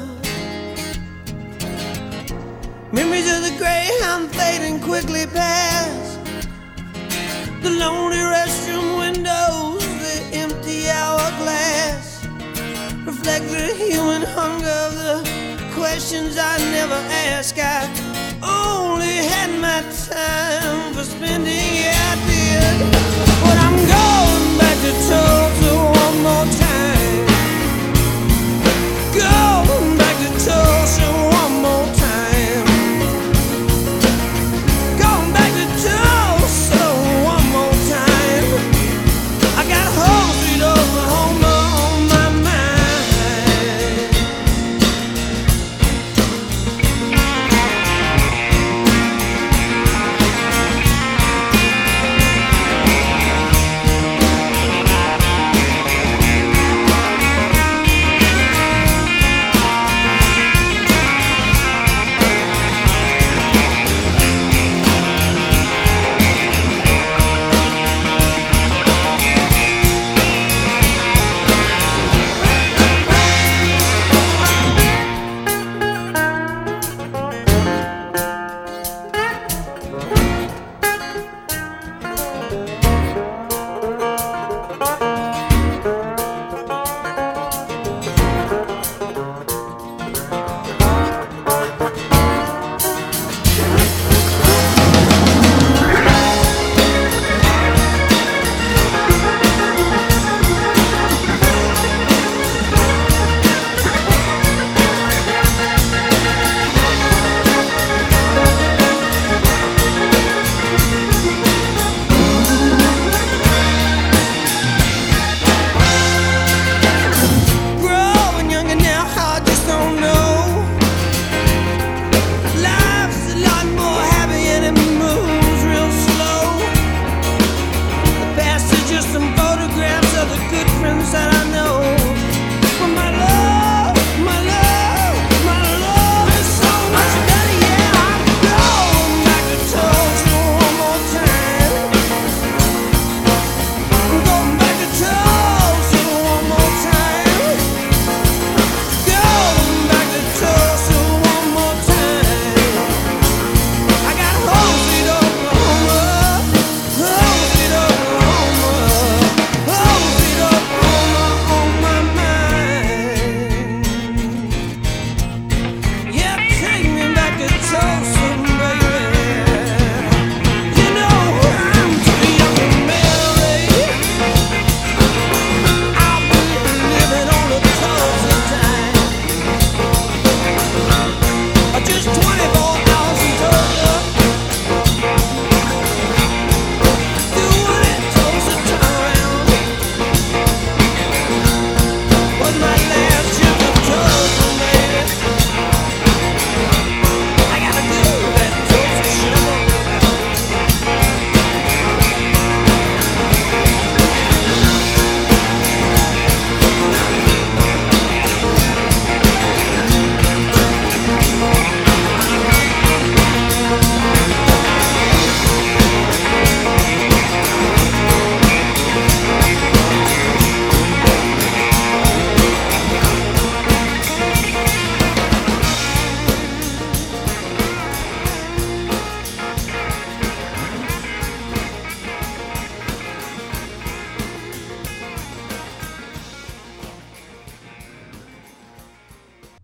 Memories of the Greyhound fading quickly past. The lonely restroom windows, the empty hourglass reflect the human hunger of the questions I never ask. I only had my time for spending, yeah I did. But I'm going back to Tulsa one more time. Going back to Tulsa one more time. Going back to Tulsa one more time. I got Home Sweet Oklahoma on my mind.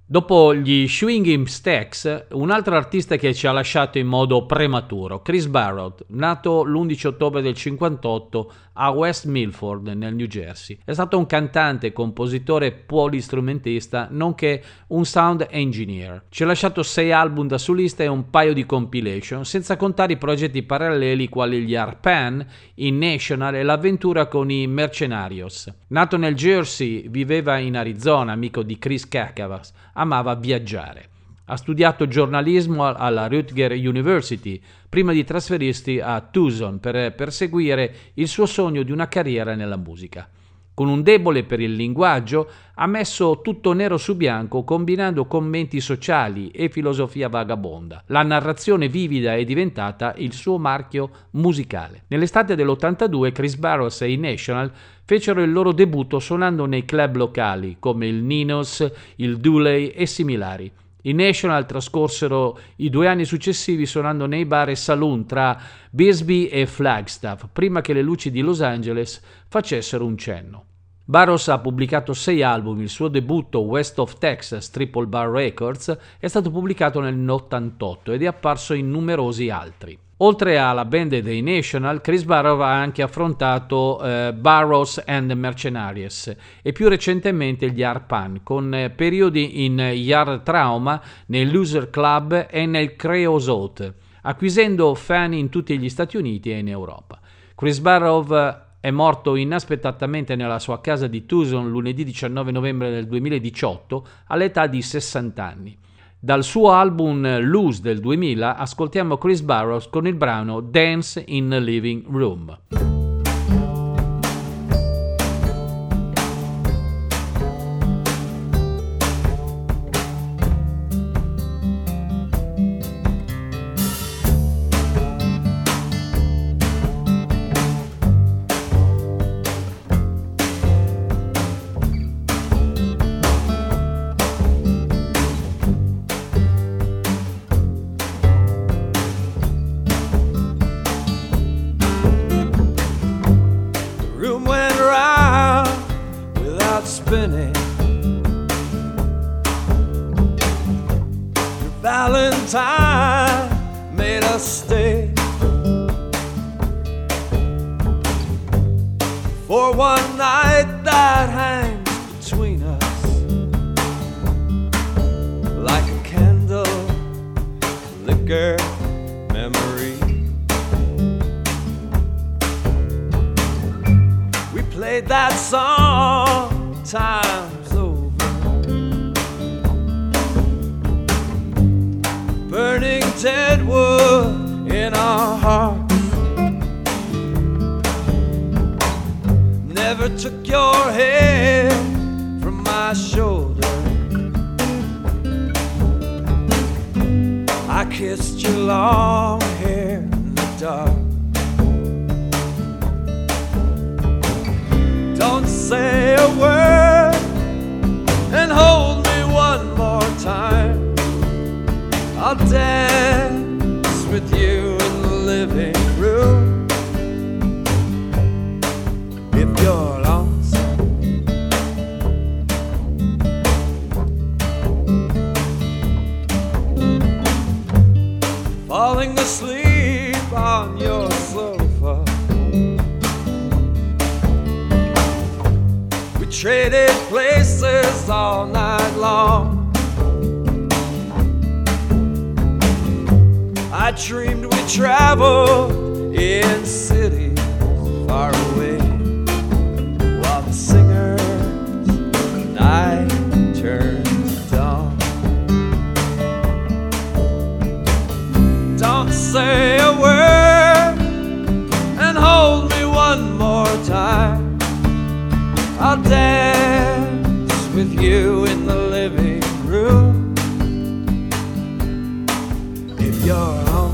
Dopo gli Swingin' Stacks, un altro artista che ci ha lasciato in modo prematuro, Chris Barrett, nato l'11 ottobre del 58 a West Milford, nel New Jersey. È stato un cantante, compositore, polistrumentista, nonché un sound engineer. Ci ha lasciato 6 album da solista e un paio di compilation, senza contare i progetti paralleli quali gli Arpan, i National e l'avventura con i Mercenarios. Nato nel Jersey, viveva in Arizona, amico di Chris Kakavas, amava viaggiare. Ha studiato giornalismo alla Rutgers University prima di trasferirsi a Tucson per perseguire il suo sogno di una carriera nella musica. Con un debole per il linguaggio, ha messo tutto nero su bianco combinando commenti sociali e filosofia vagabonda. La narrazione vivida è diventata il suo marchio musicale. Nell'estate dell'82 Chris Barrett e i National fecero il loro debutto suonando nei club locali come il Ninos, il Dooley e similari. I National trascorsero i 2 anni successivi suonando nei bar e saloon tra Bisbee e Flagstaff, prima che le luci di Los Angeles facessero un cenno. Barros ha pubblicato 6 album, il suo debutto West of Texas Triple Bar Records è stato pubblicato nel 88 ed è apparso in numerosi altri. Oltre alla band dei National, Chris Barrett ha anche affrontato Barrows and Mercenaries e più recentemente gli Arpan, con periodi in Yard Trauma, nel Loser Club e nel Creosote, acquisendo fan in tutti gli Stati Uniti e in Europa. Chris Barrett è morto inaspettatamente nella sua casa di Tucson lunedì 19 novembre del 2018 all'età di 60 anni. Dal suo album Loose del 2000 ascoltiamo Chris Barrett con il brano Dance in the Living Room. spinning. Your Valentine made us stay for one night that hangs between us like a candle, liquor, memory. We played that song times over, burning dead wood in our hearts. Never took your head from my shoulder. I kissed your long hair in the dark. Don't say a word and hold me one more time. I'll dance with you in the living room. If you're lonesome, falling asleep on your sofa, we traded places all night long. I dreamed we traveled in cities far away, while the singers, night turns to dawn. Don't say a word and hold me one more time. I'll dance with you in the living room. If you're lonesome,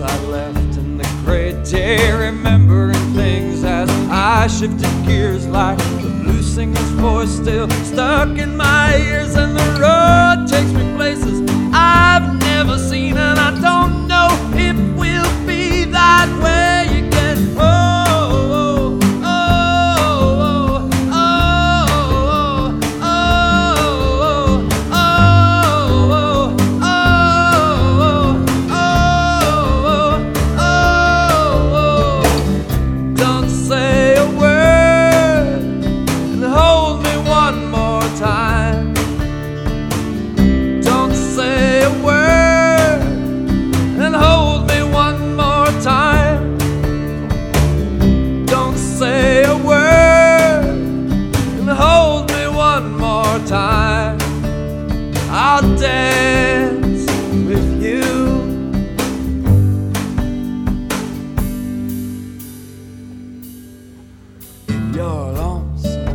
I left in the great day, remembering things as I shifted gears, like the blue singer's voice still stuck in my ears. And the road takes me places I've never seen, and I don't know if we'll be that way again. Oh, oh, oh, oh, oh, oh, oh, oh, oh. Don't say a word and hold me one more time. Don't say a word and hold me one more time. Don't say a word and hold me one more time. I'll dance with you. If you're lonesome,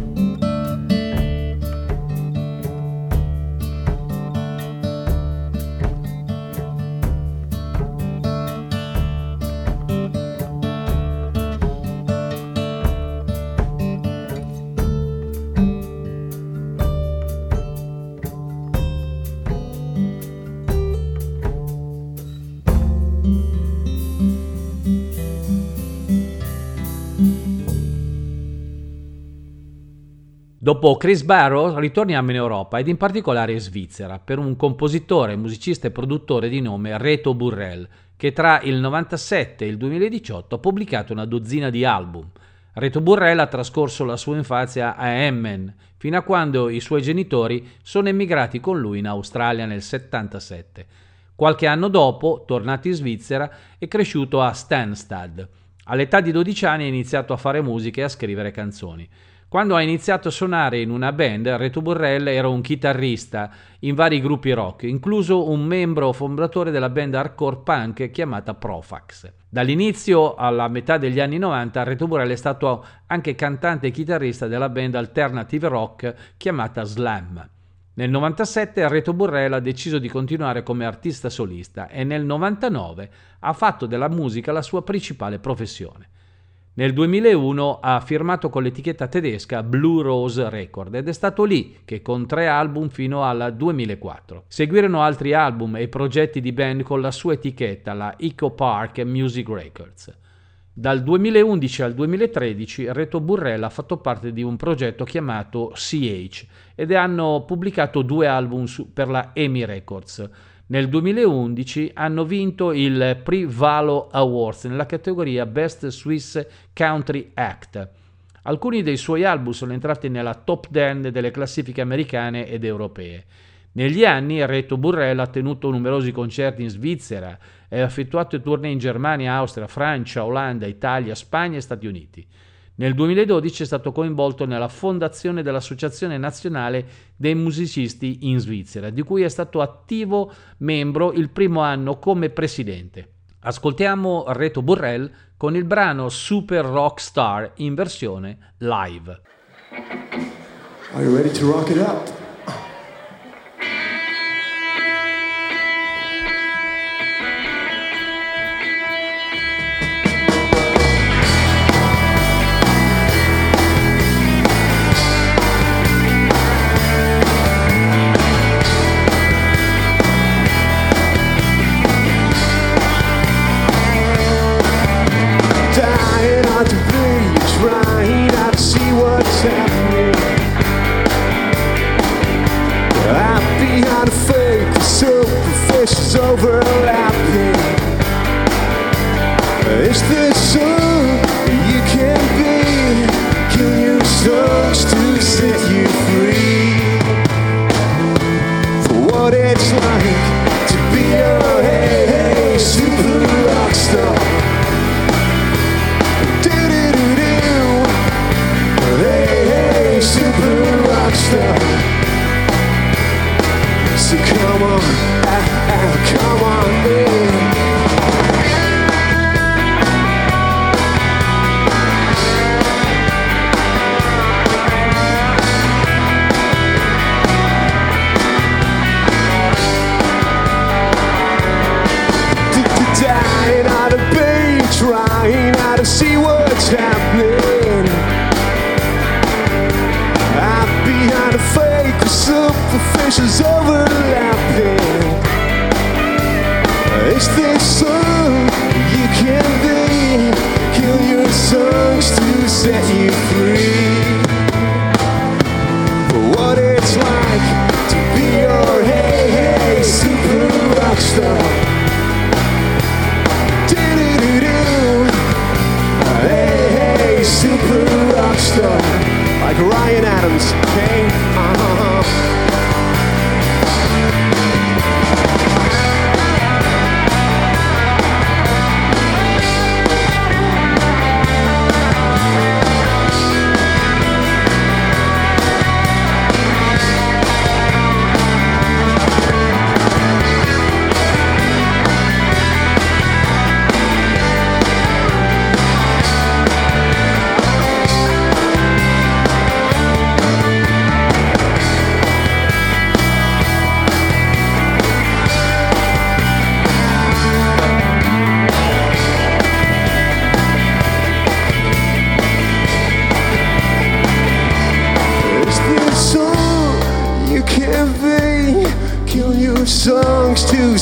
Dopo Chris Barrow ritorniamo in Europa ed in particolare in Svizzera per un compositore, musicista e produttore di nome Reto Burrell, che tra il 97 e il 2018 ha pubblicato una dozzina di album. Reto Burrell ha trascorso la sua infanzia a Emmen, fino a quando i suoi genitori sono emigrati con lui in Australia nel 77. Qualche anno dopo, tornato in Svizzera, è cresciuto a Stanstad. All'età di 12 anni ha iniziato a fare musica e a scrivere canzoni. Quando ha iniziato a suonare in una band, Reto Burrell era un chitarrista in vari gruppi rock, incluso un membro fondatore della band hardcore punk chiamata Profax. Dall'inizio alla metà degli anni 90, Reto Burrell è stato anche cantante e chitarrista della band alternative rock chiamata Slam. Nel 97 Reto Burrell ha deciso di continuare come artista solista e nel 99 ha fatto della musica la sua principale professione. Nel 2001 ha firmato con l'etichetta tedesca Blue Rose Record ed è stato lì che con 3 album fino al 2004. Seguirono altri album e progetti di band con la sua etichetta, la Echo Park Music Records. Dal 2011 al 2013 Reto Burrell ha fatto parte di un progetto chiamato CH ed hanno pubblicato 2 album per la EMI Records. Nel 2011 hanno vinto il Prix Valo Awards nella categoria Best Swiss Country Act. Alcuni dei suoi album sono entrati nella top 10 delle classifiche americane ed europee. Negli anni Reto Burrell ha tenuto numerosi concerti in Svizzera e ha effettuato tournée in Germania, Austria, Francia, Olanda, Italia, Spagna e Stati Uniti. Nel 2012 è stato coinvolto nella fondazione dell'Associazione Nazionale dei Musicisti in Svizzera, di cui è stato attivo membro il primo anno come presidente. Ascoltiamo Reto Burrell con il brano Super Rock Star in versione live. Are you ready to rock it up? Dying out to breathe, trying not to see what's happening. I'm behind a fake, the superficial's overlapping. Is this all you can be? Can you songs to set you free? For what it's like to be a hey, hey, super rock star. Hey, hey, super rock star. So come on, come on, baby.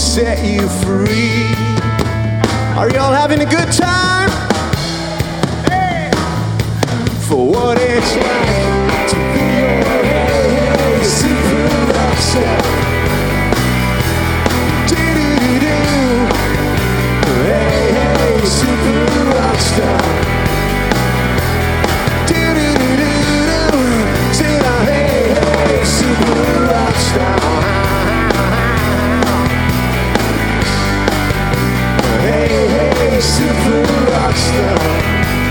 set you free. Are y'all having a good time? Hey! For what it's like to be your hey, super rock star. Do-do-do-do. Hey, hey, super rock star. Do-do-do-do-do. Say now, hey, hey, super rock star. Hey, hey, super rock star.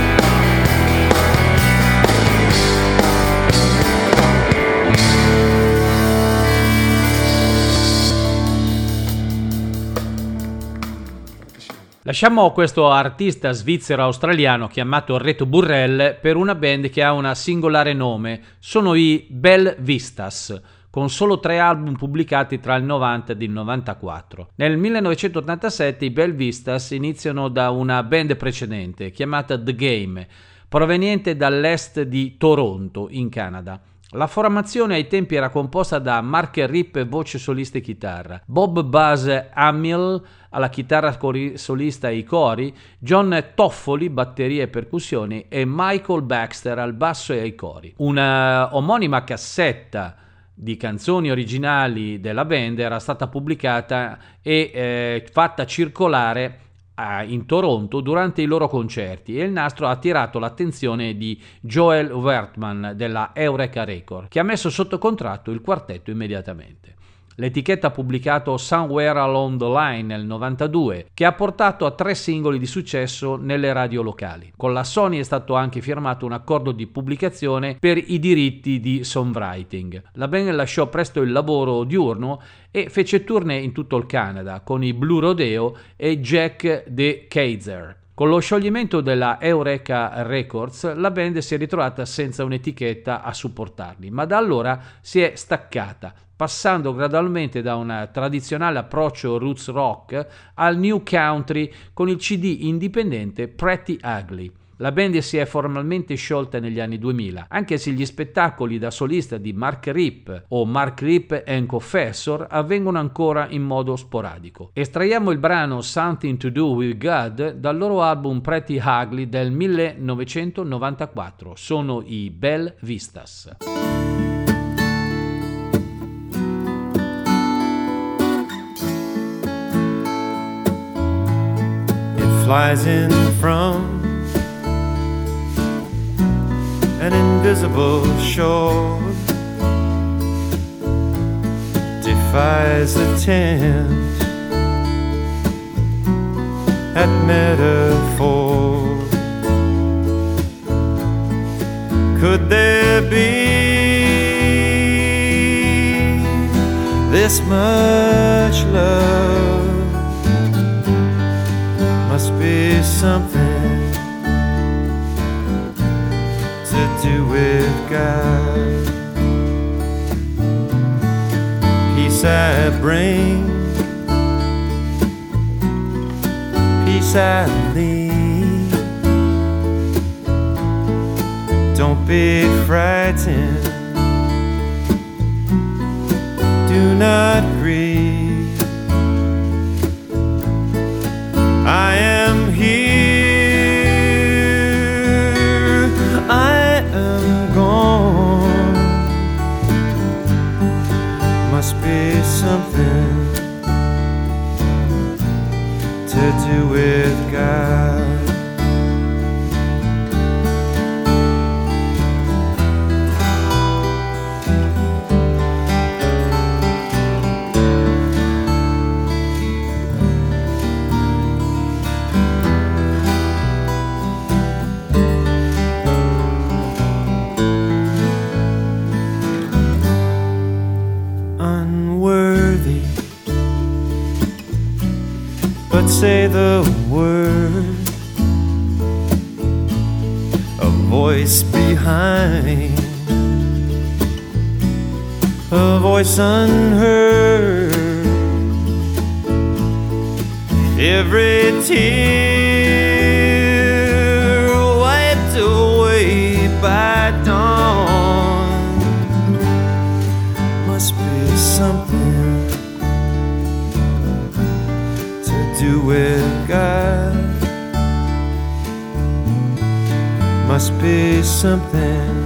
Lasciamo questo artista svizzero-australiano chiamato Reto Burrell per una band che ha un singolare nome. Sono i Bell Vistas, con solo 3 album pubblicati tra il 90 ed il 94. Nel 1987 i Bell Vistas iniziano da una band precedente chiamata The Game, proveniente dall'est di Toronto, in Canada. La formazione ai tempi era composta da Mark Ripp, voce solista e chitarra, Bob Buzz Hamill alla chitarra solista e i cori, John Toffoli, batteria e percussioni, e Michael Baxter al basso e ai cori. Una omonima cassetta di canzoni originali della band era stata pubblicata e fatta circolare in Toronto durante i loro concerti, e il nastro ha attirato l'attenzione di Joel Wertman della Eureka Record, che ha messo sotto contratto il quartetto immediatamente. L'etichetta ha pubblicato Somewhere Along the Line nel 92, che ha portato a 3 singoli di successo nelle radio locali. Con la Sony è stato anche firmato un accordo di pubblicazione per i diritti di songwriting. La band lasciò presto il lavoro diurno e fece tournée in tutto il Canada con i Blue Rodeo e Jack the Kaiser. Con lo scioglimento della Eureka Records, la band si è ritrovata senza un'etichetta a supportarli, ma da allora si è staccata, passando gradualmente da un tradizionale approccio roots rock al new country con il CD indipendente Pretty Ugly. La band si è formalmente sciolta negli anni 2000, anche se gli spettacoli da solista di Mark Ripp o Mark Ripp and Confessor avvengono ancora in modo sporadico. Estraiamo il brano Something to Do with God dal loro album Pretty Ugly del 1994. Sono i Bell Vistas. Flies in from an invisible shore, defies attempt at metaphor. Could there be this much love? Must be something to do with God. Peace I bring, peace I leave. Don't be frightened, do not grieve. I am here, I am gone. Must be something to do with God. Say the word, a voice behind, a voice unheard, every tear wiped away by dawn. Must be something must be something.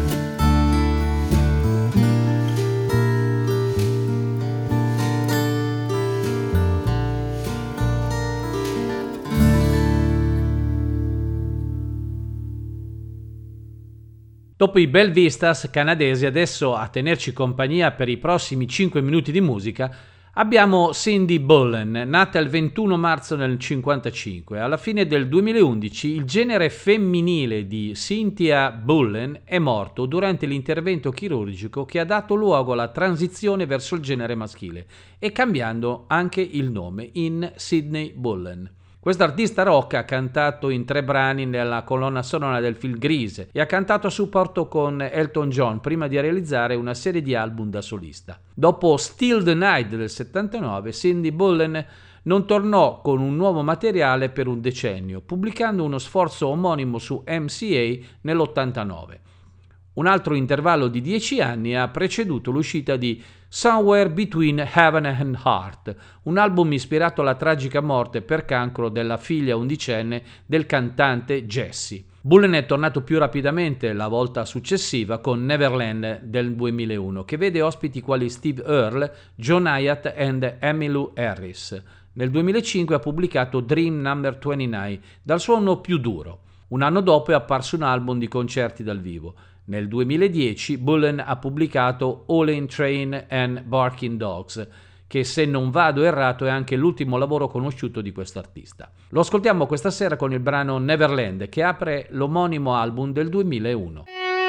Dopo i Bell Vistas canadesi, adesso a tenerci compagnia per i prossimi 5 minuti di musica abbiamo Cindy Bullen, nata il 21 marzo del 1955. Alla fine del 2011 il genere femminile di Cynthia Bullen è morto durante l'intervento chirurgico che ha dato luogo alla transizione verso il genere maschile e cambiando anche il nome in Sydney Bullen. Questo artista rock ha cantato in 3 brani nella colonna sonora del film Grease e ha cantato a supporto con Elton John prima di realizzare una serie di album da solista. Dopo Still the Night del 79, Cindy Bullen non tornò con un nuovo materiale per un decennio, pubblicando uno sforzo omonimo su MCA nell'89. Un altro intervallo di 10 anni ha preceduto l'uscita di Somewhere Between Heaven and Heart, un album ispirato alla tragica morte per cancro della figlia undicenne del cantante Jesse. Bullen è tornato più rapidamente la volta successiva con Neverland del 2001, che vede ospiti quali Steve Earle, John Hyatt e Emmylou Harris. Nel 2005 ha pubblicato Dream No. 29, dal suono più duro. Un anno dopo è apparso un album di concerti dal vivo. Nel 2010 Bullen ha pubblicato All in Train and Barking Dogs, che se non vado errato è anche l'ultimo lavoro conosciuto di questo artista. Lo ascoltiamo questa sera con il brano Neverland, che apre l'omonimo album del 2001.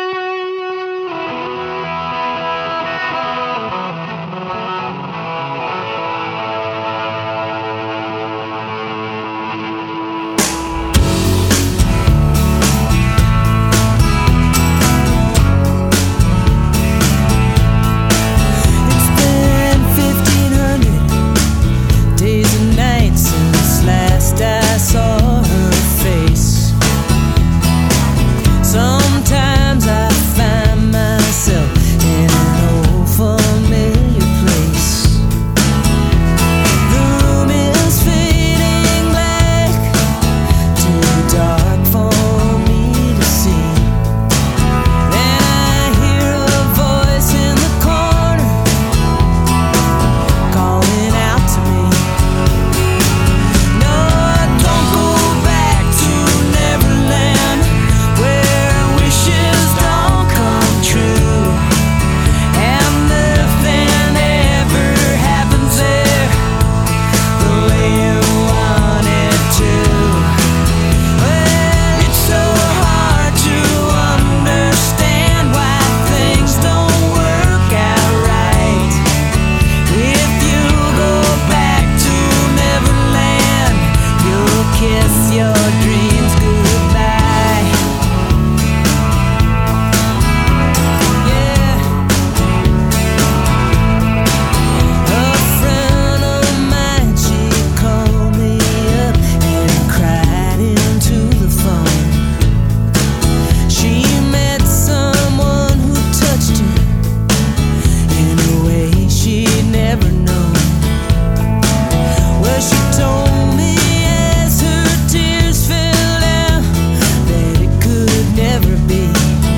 Sometimes I find myself in an old familiar place. The room is fading black, too dark for me to see. Then I hear a voice in the corner calling out to me. No, don't go back to Neverland, where wishes don't come true, and nothing ever happens there the way you want it to. Well, it's so hard to understand why things don't work out right. If you go back to Neverland, you'll kiss your dreams goodbye. Yeah. A friend of mine, she called me up and cried into the phone. She met someone who touched her in a way she'd never known. Well, she told me as her tears fell down that it could never be.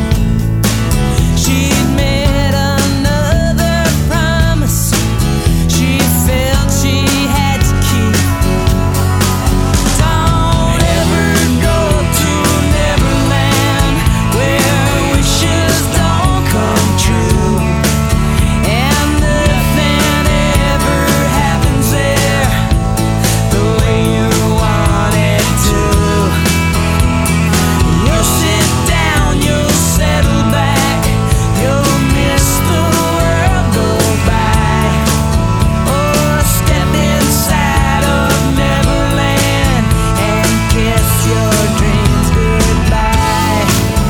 She'd made another promise she felt she had to keep. Don't ever go to Neverland, where wishes don't come true, and nothing ever happens there the way you want it to. You'll sit down, you'll settle back, you'll miss the world go by. Or step inside of Neverland and kiss your dreams goodbye.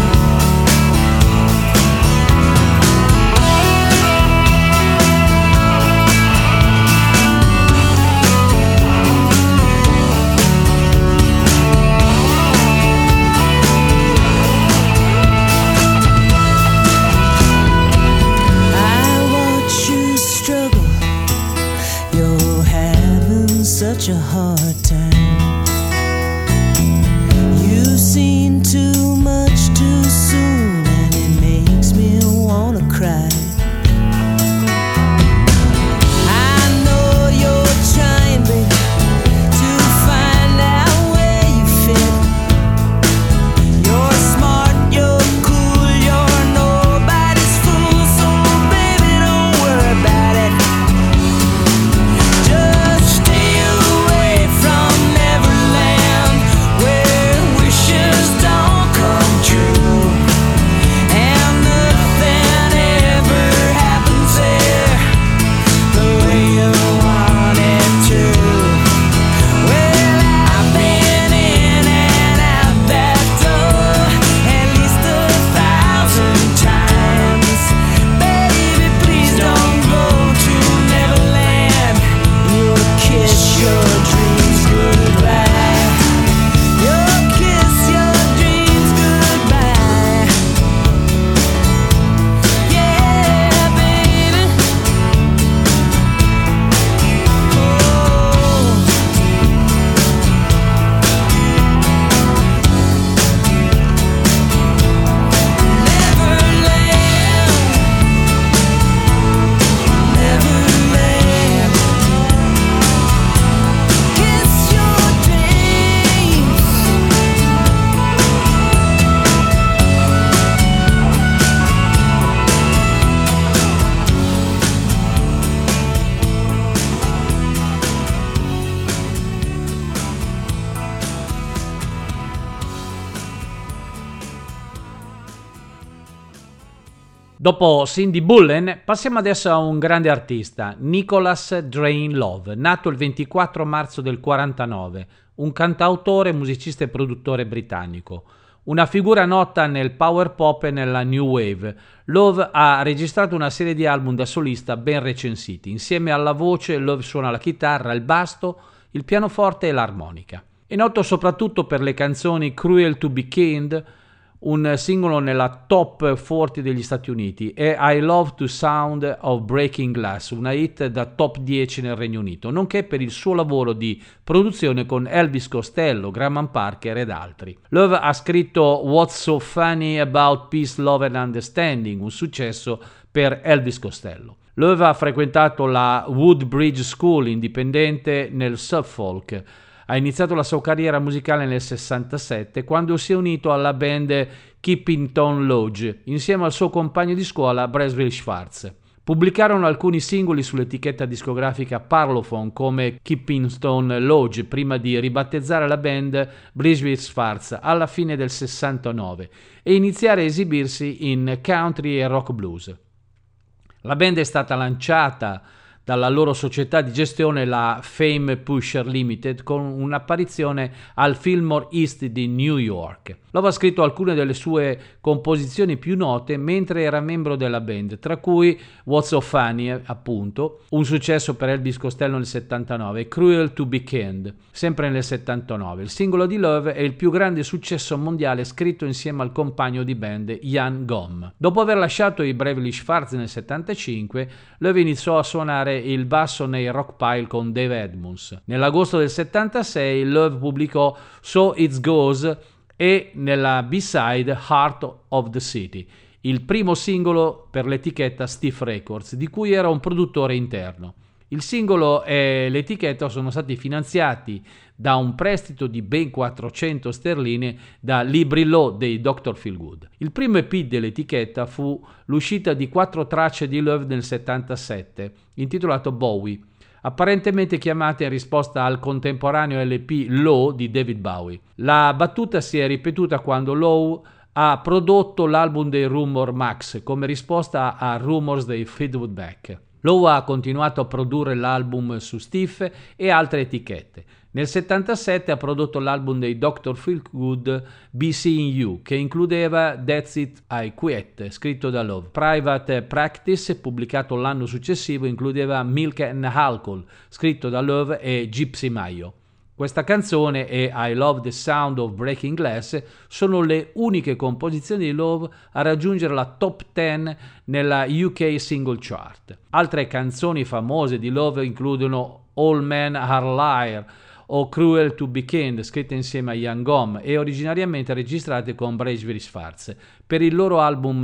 I watch you struggle, you're having such a hard time. You've seen too much to Dopo Cindy Bullen passiamo adesso a un grande artista, Nicholas Drain Love, nato il 24 marzo del 49, un cantautore, musicista e produttore britannico. Una figura nota nel power pop e nella new wave, Love ha registrato una serie di album da solista ben recensiti. Insieme alla voce, Love suona la chitarra, il basso, il pianoforte e l'armonica. È noto soprattutto per le canzoni Cruel to be Kind, un singolo nella top 40 degli Stati Uniti, e I Love the Sound of Breaking Glass, una hit da top 10 nel Regno Unito, nonché per il suo lavoro di produzione con Elvis Costello, Graham Parker ed altri. Love ha scritto What's So Funny About Peace, Love and Understanding, un successo per Elvis Costello. Love ha frequentato la Woodbridge School indipendente nel Suffolk. Ha iniziato la sua carriera musicale nel 67 quando si è unito alla band Kippington Lodge insieme al suo compagno di scuola Bradshaw Schwartz. Pubblicarono alcuni singoli sull'etichetta discografica Parlophone come Kippington Lodge prima di ribattezzare la band Bradshaw Schwartz alla fine del 69 e iniziare a esibirsi in country e rock blues. La band è stata lanciata dalla loro società di gestione, la Fame Pusher Limited, con un'apparizione al Fillmore East di New York. Love ha scritto alcune delle sue composizioni più note mentre era membro della band, tra cui What's So Funny, appunto, un successo per Elvis Costello nel 79, e Cruel to be Kind, sempre nel 79. Il singolo di Love è il più grande successo mondiale scritto insieme al compagno di band Ian Gom. Dopo aver lasciato i Bradshaw Schwartz nel 75, Love iniziò a suonare il basso nei Rockpile con Dave Edmunds. Nell'agosto del 76 Love pubblicò So It Goes e nella B-side Heart of the City, il primo singolo per l'etichetta Stiff Records, di cui era un produttore interno. Il singolo e l'etichetta sono stati finanziati da un prestito di ben 400 sterline da Libri Law dei Dr. Feelgood. Il primo EP dell'etichetta fu l'uscita di 4 tracce di Love nel 77, intitolato Bowie, apparentemente chiamate in risposta al contemporaneo LP Low di David Bowie. La battuta si è ripetuta quando Low ha prodotto l'album dei Rumor Max come risposta a Rumors dei Fleetwood Mac. Low ha continuato a produrre l'album su Stiff e altre etichette. Nel 77 ha prodotto l'album dei Dr. Feelgood Be Seeing You, che includeva That's It I Quit, scritto da Love. Private Practice, pubblicato l'anno successivo, includeva Milk and Alcohol, scritto da Love e Gypsy Mayo. Questa canzone e I Love the Sound of Breaking Glass sono le uniche composizioni di Love a raggiungere la top 10 nella UK Single Chart. Altre canzoni famose di Love includono All Men Are Liar o Cruel to be Kind, scritte insieme a Ian Gom e originariamente registrate con Bradshaw Schwartz per il loro album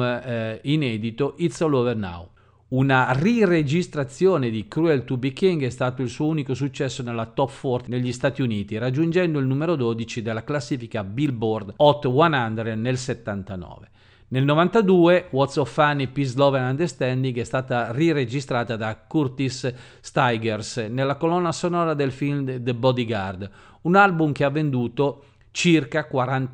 inedito It's All Over Now. Una riregistrazione di Cruel to be King è stato il suo unico successo nella top 40 negli Stati Uniti, raggiungendo il numero 12 della classifica Billboard Hot 100 nel 79. Nel 92 What's So Funny, Peace, Love and Understanding è stata riregistrata da Curtis Stigers nella colonna sonora del film The Bodyguard, un album che ha venduto circa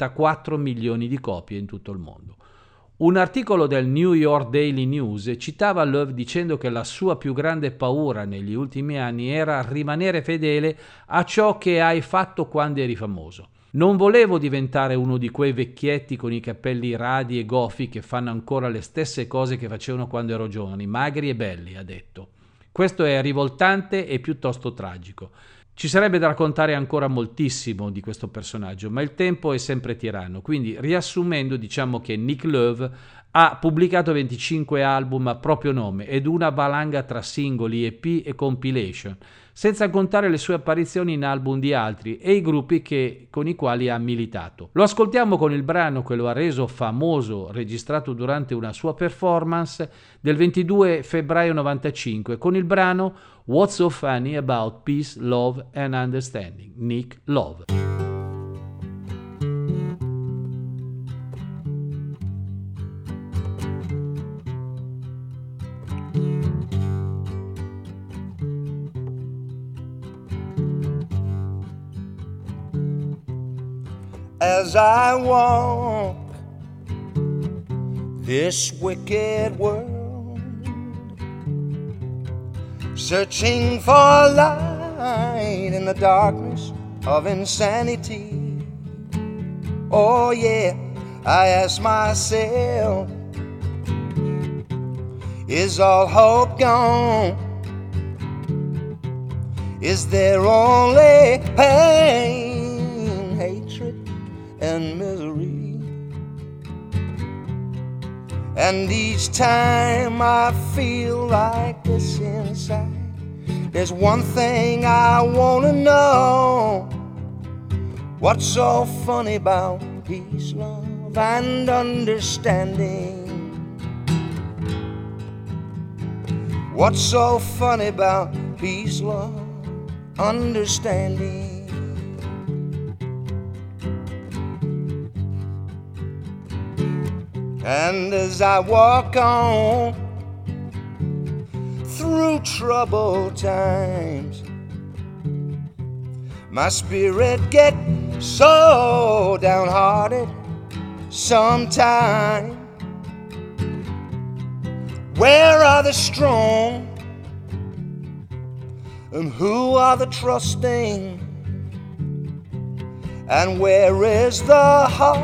44 milioni di copie in tutto il mondo. Un articolo del New York Daily News citava Love dicendo che la sua più grande paura negli ultimi anni era rimanere fedele a ciò che hai fatto quando eri famoso. Non volevo diventare uno di quei vecchietti con i capelli radi e goffi che fanno ancora le stesse cose che facevano quando ero giovani, magri e belli, ha detto. Questo è rivoltante e piuttosto tragico. Ci sarebbe da raccontare ancora moltissimo di questo personaggio, ma il tempo è sempre tiranno, quindi riassumendo diciamo che Nick Love ha pubblicato 25 album a proprio nome ed una valanga tra singoli, EP e compilation, senza contare le sue apparizioni in album di altri e i gruppi con i quali ha militato. Lo ascoltiamo con il brano che lo ha reso famoso, registrato durante una sua performance del 22 febbraio 95, con il brano What's So Funny About Peace, Love and Understanding, Nick Love. As I walk this wicked world, searching for light in the darkness of insanity. Oh yeah, I ask myself, is all hope gone? Is there only pain, hatred, and misery? And each time I feel like this inside, there's one thing I wanna know. What's so funny about peace, love, and understanding? What's so funny about peace, love, understanding? And as I walk on through troubled times, my spirit gets so downhearted sometime. Where are the strong and who are the trusting? And where is the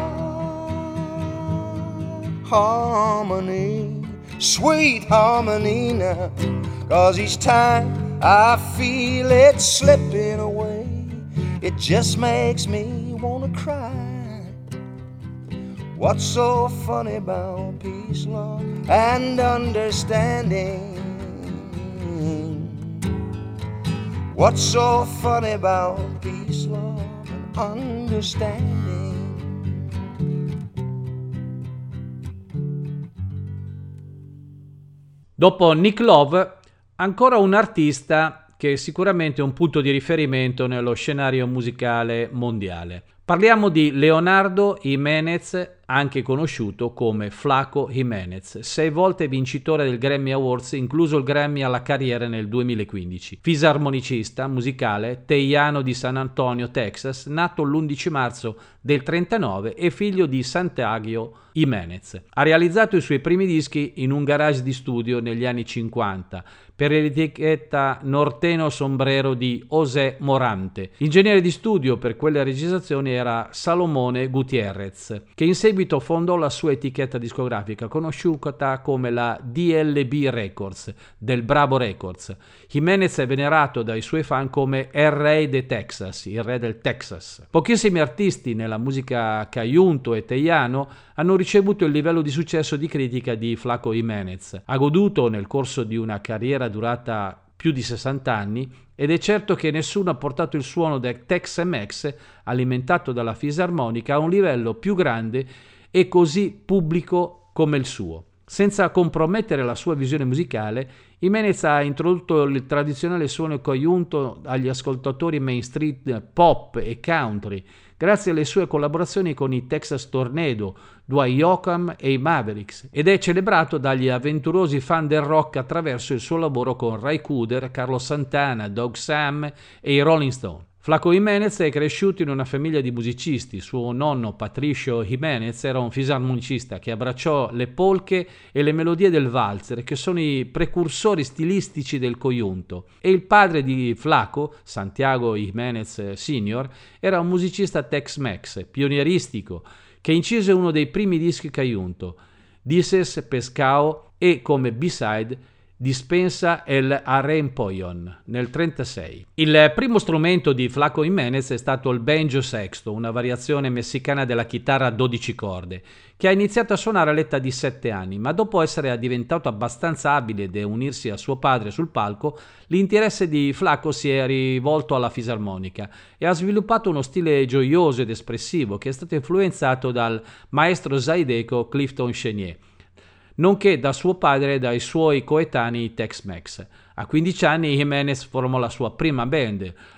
harmony, sweet harmony now? 'Cause each time I feel it slipping away, it just makes me wanna cry. What's so funny about peace, love, and understanding? What's so funny about peace, love, and understanding? Dopo Nick Love, ancora un artista che è sicuramente un punto di riferimento nello scenario musicale mondiale. Parliamo di Leonardo Jiménez, anche conosciuto come Flaco Jiménez, 6 volte vincitore del Grammy Awards, incluso il Grammy alla carriera nel 2015. Fisarmonicista musicale teiano di San Antonio, Texas, nato l'11 marzo del 39 e figlio di Santiago Jiménez. Ha realizzato i suoi primi dischi in un garage di studio negli anni 50 per l'etichetta Norteno Sombrero di José Morante. Ingegnere di studio per quelle registrazioni era Salomone Gutiérrez, che in seguito fondò la sua etichetta discografica conosciuta come la DLB Records, del Bravo Records. Jiménez è venerato dai suoi fan come El Rey de Texas, il re del Texas. Pochissimi artisti nella musica cajunto e teiano hanno ricevuto il livello di successo di critica di Flaco Jiménez. Ha goduto nel corso di una carriera durata più di 60 anni ed è certo che nessuno ha portato il suono del Tex-Mex, alimentato dalla fisarmonica, a un livello più grande e così pubblico come il suo. Senza compromettere la sua visione musicale, Jiménez ha introdotto il tradizionale suono cajunto agli ascoltatori mainstream pop e country, grazie alle sue collaborazioni con i Texas Tornado, Dwight Yoakam e i Mavericks, ed è celebrato dagli avventurosi fan del rock attraverso il suo lavoro con Ray Cooder, Carlos Santana, Doug Sam e i Rolling Stone. Flaco Jiménez è cresciuto in una famiglia di musicisti. Suo nonno Patricio Jiménez era un fisarmonicista che abbracciò le polche e le melodie del valzer, che sono i precursori stilistici del cojunto, e il padre di Flaco, Santiago Jiménez Sr., era un musicista Tex-Mex pionieristico che incise uno dei primi dischi cajunto, Dices Pescao, e come B-side Dispensa el Arempoyon nel 1936. Il primo strumento di Flaco Jiménez è stato il banjo sexto, una variazione messicana della chitarra a 12 corde, che ha iniziato a suonare all'età di 7 anni, ma dopo essere diventato abbastanza abile da unirsi a suo padre sul palco, l'interesse di Flaco si è rivolto alla fisarmonica e ha sviluppato uno stile gioioso ed espressivo che è stato influenzato dal maestro zydeco Clifton Chenier, nonché da suo padre e dai suoi coetanei Tex-Mex. A 15 anni Jiménez formò la sua prima band,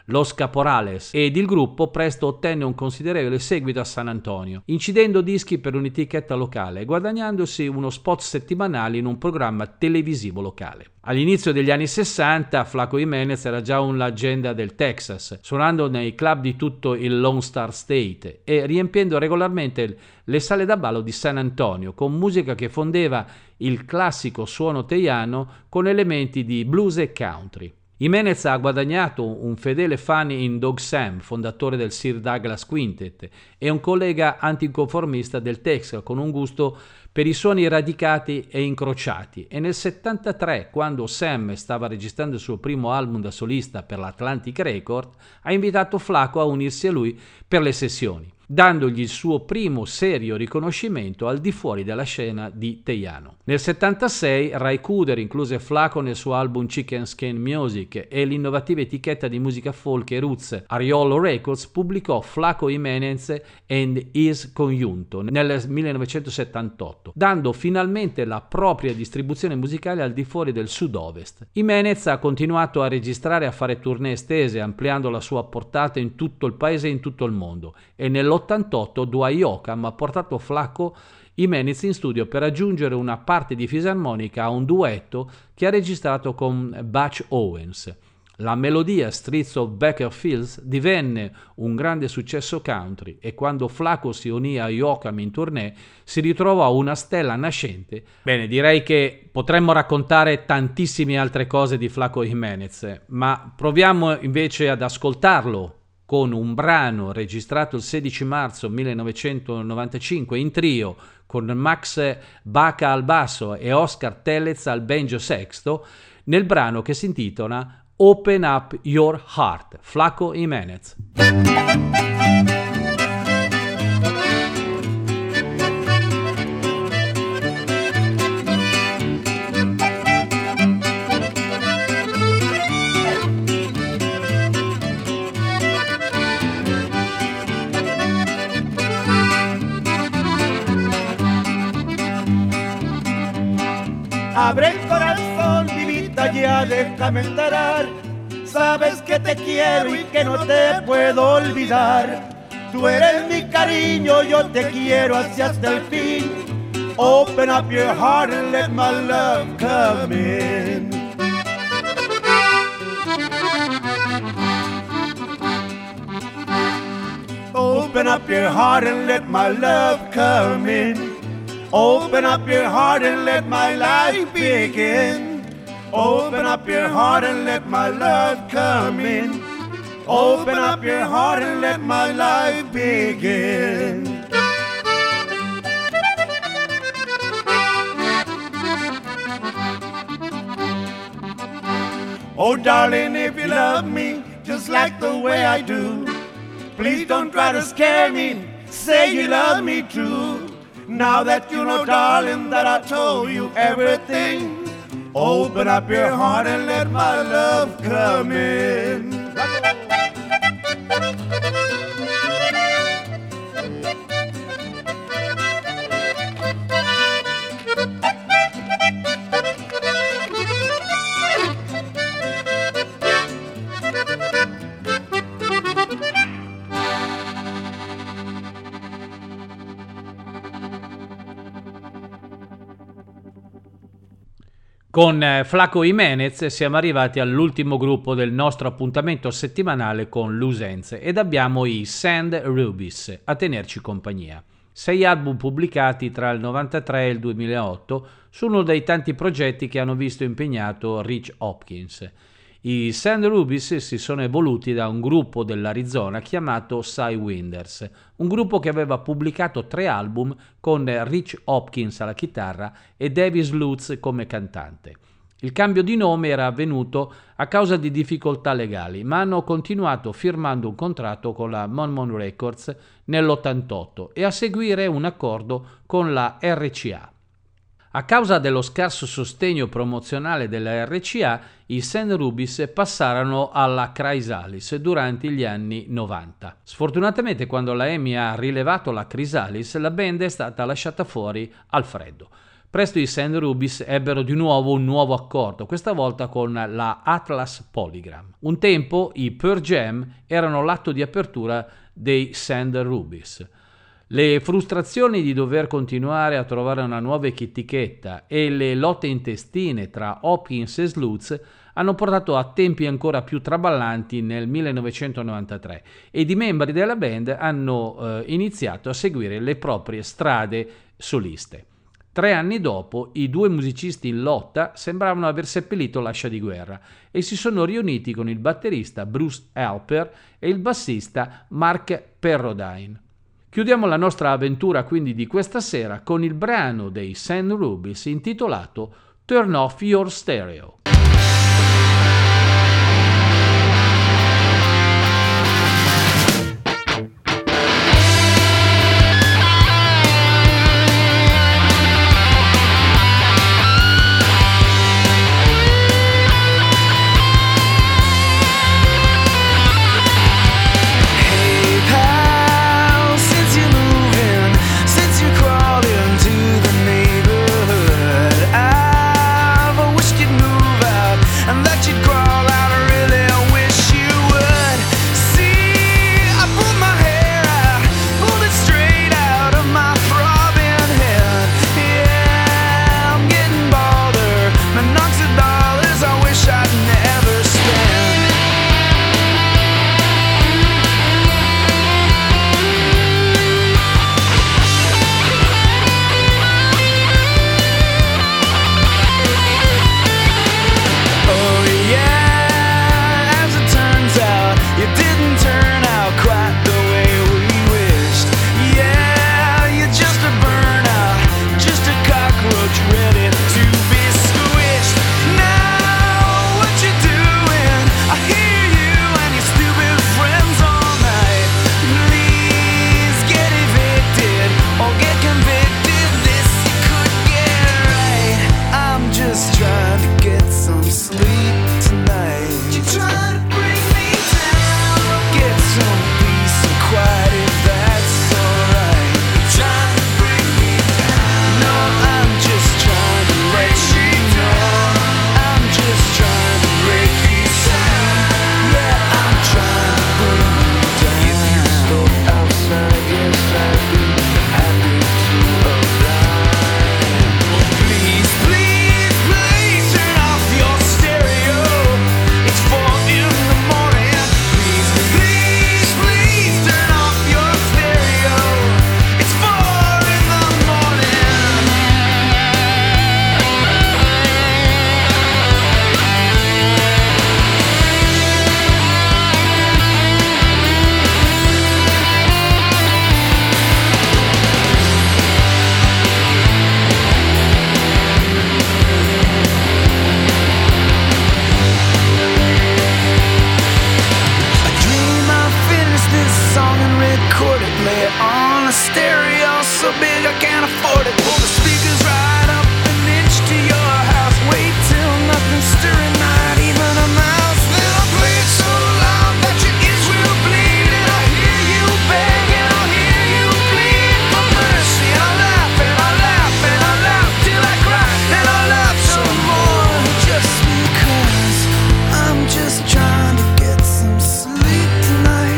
Los Caporales, ed il gruppo presto ottenne un considerevole seguito a San Antonio, incidendo dischi per un'etichetta locale e guadagnandosi uno spot settimanale in un programma televisivo locale. All'inizio degli anni 60 Flaco Jiménez era già una leggenda del Texas, suonando nei club di tutto il Lone Star State e riempiendo regolarmente le sale da ballo di San Antonio con musica che fondeva il classico suono teiano con elementi di blues e country. Jiménez ha guadagnato un fedele fan in Doug Sam, fondatore del Sir Douglas Quintet, e un collega anticonformista del Texas con un gusto per i suoni radicati e incrociati, e nel 73, quando Sam stava registrando il suo primo album da solista per l'Atlantic Record, ha invitato Flaco a unirsi a lui per le sessioni, dandogli il suo primo serio riconoscimento al di fuori della scena di Teiano. Nel 76 Ray Cooder incluse Flaco nel suo album Chicken Skin Music e l'innovativa etichetta di musica folk e roots Ariolo Records pubblicò Flaco Jiménez and His Conjunto nel 1978, dando finalmente la propria distribuzione musicale al di fuori del sud-ovest. Jiménez ha continuato a registrare e a fare tournée estese, ampliando la sua portata in tutto il paese e in tutto il mondo, e nell'88 Dwight Yoakam ha portato Flaco Jiménez in studio per aggiungere una parte di fisarmonica a un duetto che ha registrato con Butch Owens. La melodia Streets of Bakersfield divenne un grande successo country e quando Flaco si unì a Yoakam in tournée si ritrovò una stella nascente. Bene, direi che potremmo raccontare tantissime altre cose di Flaco Jiménez, ma proviamo invece ad ascoltarlo con un brano registrato il 16 marzo 1995 in trio con Max Baca al basso e Oscar Tellez al banjo sexto, nel brano che si intitola Open Up Your Heart, Flaco Jiménez. Abre el corazón, mi vida, ya déjame entrar. Sabes que te quiero y que no te puedo olvidar. Tú eres mi cariño, yo te quiero hacia hasta el fin. Open up your heart and let my love come in. Open up your heart and let my love come in. Open up your heart and let my life begin. Open up your heart and let my love come in. Open up your heart and let my life begin. Oh darling, if you love me just like the way I do, please don't try to scare me, say you love me too. Now that you know, darling, that I told you everything, open up your heart and let my love come in. Con Flaco Jiménez siamo arrivati all'ultimo gruppo del nostro appuntamento settimanale con l'Usenze ed abbiamo i Sand Rubies a tenerci compagnia. 6 album pubblicati tra il 93 e il 2008 su uno dei tanti progetti che hanno visto impegnato Rich Hopkins. I Sand Rubies si sono evoluti da un gruppo dell'Arizona chiamato Sidewinders, un gruppo che aveva pubblicato 3 album con Rich Hopkins alla chitarra e Davis Lutz come cantante. Il cambio di nome era avvenuto a causa di difficoltà legali, ma hanno continuato firmando un contratto con la Mon Records nell'88 e a seguire un accordo con la RCA. A causa dello scarso sostegno promozionale della RCA, i Sand Rubies passarono alla Chrysalis durante gli anni 90. Sfortunatamente, quando la EMI ha rilevato la Chrysalis, la band è stata lasciata fuori al freddo. Presto i Sand Rubies ebbero di nuovo un nuovo accordo, questa volta con la Atlas Polygram. Un tempo i Pearl Jam erano l'atto di apertura dei Sand Rubies. Le frustrazioni di dover continuare a trovare una nuova etichetta e le lotte intestine tra Hopkins e Slutz hanno portato a tempi ancora più traballanti nel 1993 ed i membri della band hanno iniziato a seguire le proprie strade soliste. 3 anni dopo, i due musicisti in lotta sembravano aver seppellito l'ascia di guerra e si sono riuniti con il batterista Bruce Alper e il bassista Mark Perrodine. Chiudiamo la nostra avventura quindi di questa sera con il brano dei Sand Rubies intitolato Turn Off Your Stereo.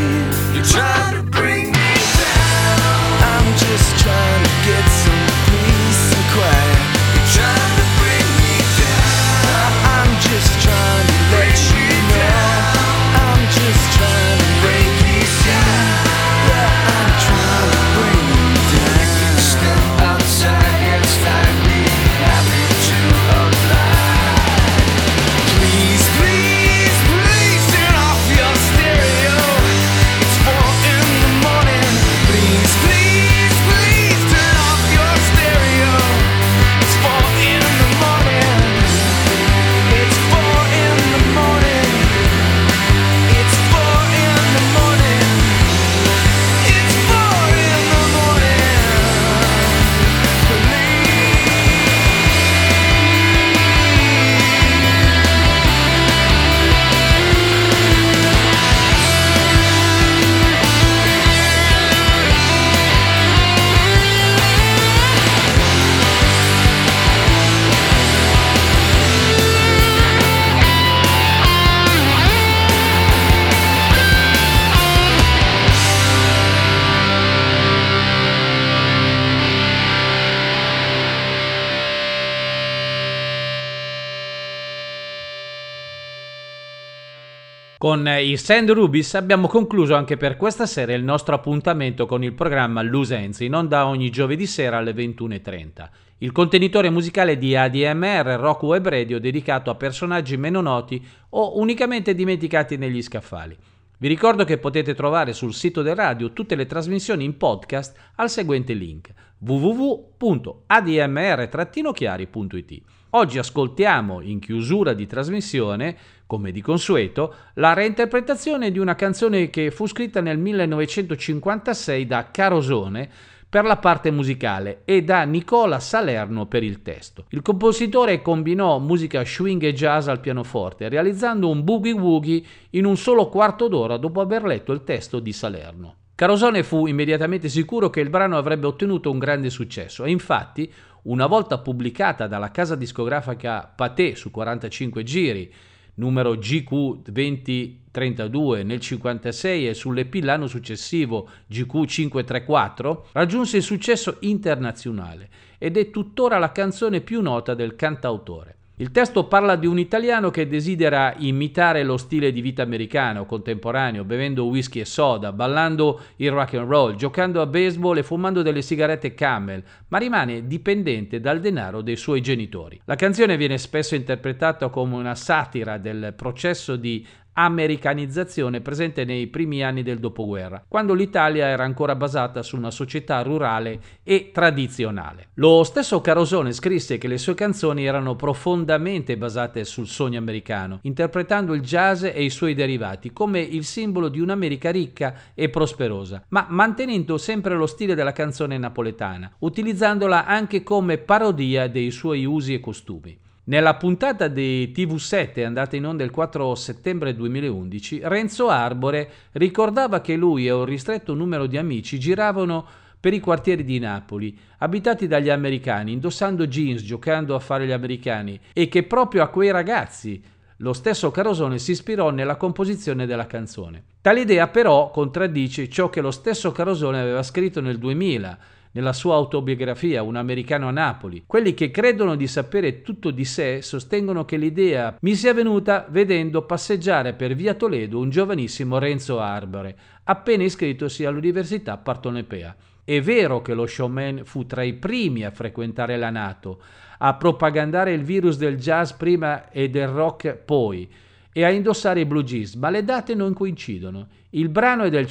Trying to bring me down. I'm just trying to get some peace. Con i Sand Rubies abbiamo concluso anche per questa sera il nostro appuntamento con il programma Loose Ends, in onda ogni giovedì sera alle 21:30. Il contenitore musicale di ADMR Rock Web Radio dedicato a personaggi meno noti o unicamente dimenticati negli scaffali. Vi ricordo che potete trovare sul sito del radio tutte le trasmissioni in podcast al seguente link: www.admr-chiari.it. Oggi ascoltiamo, in chiusura di trasmissione, come di consueto, la reinterpretazione di una canzone che fu scritta nel 1956 da Carosone per la parte musicale e da Nicola Salerno per il testo. Il compositore combinò musica swing e jazz al pianoforte, realizzando un boogie woogie in un solo quarto d'ora dopo aver letto il testo di Salerno. Carosone fu immediatamente sicuro che il brano avrebbe ottenuto un grande successo e infatti, una volta pubblicata dalla casa discografica Pathé su 45 giri, numero GQ2032 nel 1956 e sull'EP l'anno successivo GQ534, raggiunse il successo internazionale ed è tuttora la canzone più nota del cantautore. Il testo parla di un italiano che desidera imitare lo stile di vita americano contemporaneo, bevendo whisky e soda, ballando il rock and roll, giocando a baseball e fumando delle sigarette Camel, ma rimane dipendente dal denaro dei suoi genitori. La canzone viene spesso interpretata come una satira del processo di americanizzazione presente nei primi anni del dopoguerra, quando l'Italia era ancora basata su una società rurale e tradizionale. Lo stesso Carosone scrisse che le sue canzoni erano profondamente basate sul sogno americano, interpretando il jazz e i suoi derivati come il simbolo di un'America ricca e prosperosa, ma mantenendo sempre lo stile della canzone napoletana, utilizzandola anche come parodia dei suoi usi e costumi. Nella puntata di TV7 andata in onda il 4 settembre 2011, Renzo Arbore ricordava che lui e un ristretto numero di amici giravano per i quartieri di Napoli, abitati dagli americani, indossando jeans, giocando a fare gli americani, e che proprio a quei ragazzi lo stesso Carosone si ispirò nella composizione della canzone. Tale idea però contraddice ciò che lo stesso Carosone aveva scritto nel 2000, nella sua autobiografia Un americano a Napoli. Quelli che credono di sapere tutto di sé sostengono che l'idea mi sia venuta vedendo passeggiare per via Toledo un giovanissimo Renzo Arbore, appena iscrittosi all'Università Partenopea. È vero che lo showman fu tra i primi a frequentare la NATO, a propagandare il virus del jazz prima e del rock poi, e a indossare i blue jeans, ma le date non coincidono. Il brano è del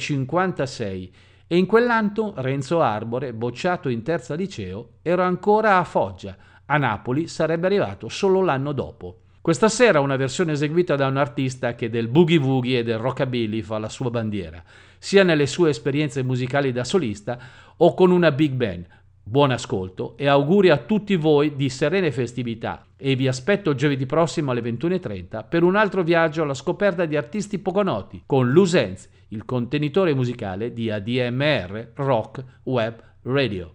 56 e in quell'anno Renzo Arbore, bocciato in terza liceo, era ancora a Foggia. A Napoli sarebbe arrivato solo l'anno dopo. Questa sera una versione eseguita da un artista che del boogie woogie e del rockabilly fa la sua bandiera, sia nelle sue esperienze musicali da solista o con una big band. Buon ascolto e auguri a tutti voi di serene festività e vi aspetto giovedì prossimo alle 21:30 per un altro viaggio alla scoperta di artisti poco noti con Loose Ends, il contenitore musicale di ADMR Rock Web Radio.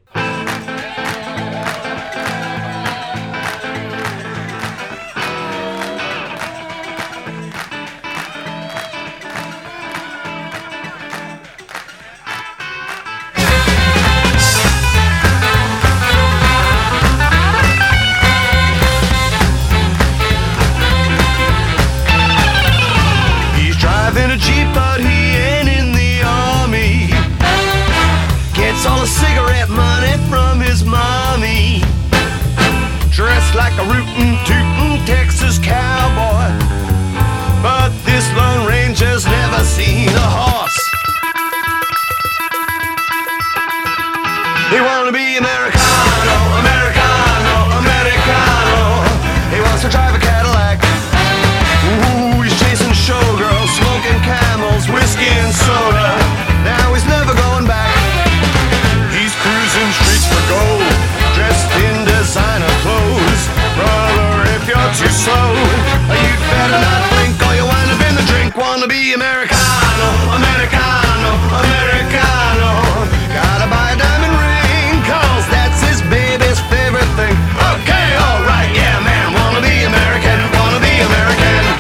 All the cigarette money from his mommy. Dressed like a rootin' tootin' Texas cowboy, but this Lone Ranger's never seen a horse. He wanna be Americano, Americano, Americano. He wants to drive a Cadillac. Ooh, he's chasing showgirls, smoking Camels, whiskey and soda. Now he's never going back. Cruising streets for gold, dressed in designer clothes. Brother, if you're too slow, you'd better not blink or you'll wind up in the drink. Wanna be Americano, Americano, Americano. Gotta buy a diamond ring, cause that's his baby's favorite thing. Okay, alright, yeah man, wanna be American, wanna be American.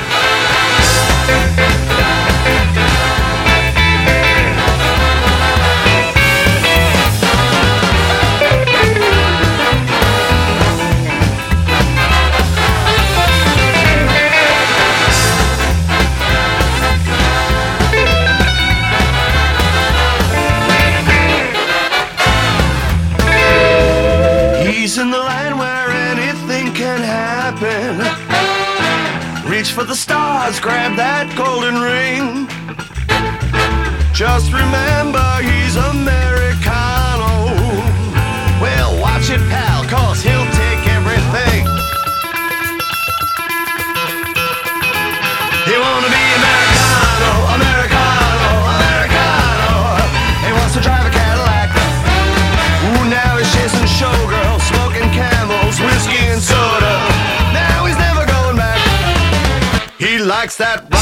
reach for the stars, grab that golden ring. Just remember he's Americano. Well, watch it, pal, 'cause he'll take everything. He wanna be Americano, Americano, Americano. He wants to drive a Cadillac. Ooh, now he's chasing showgirls, smoking Camels, whiskey and soda. Now he's never going back. He likes that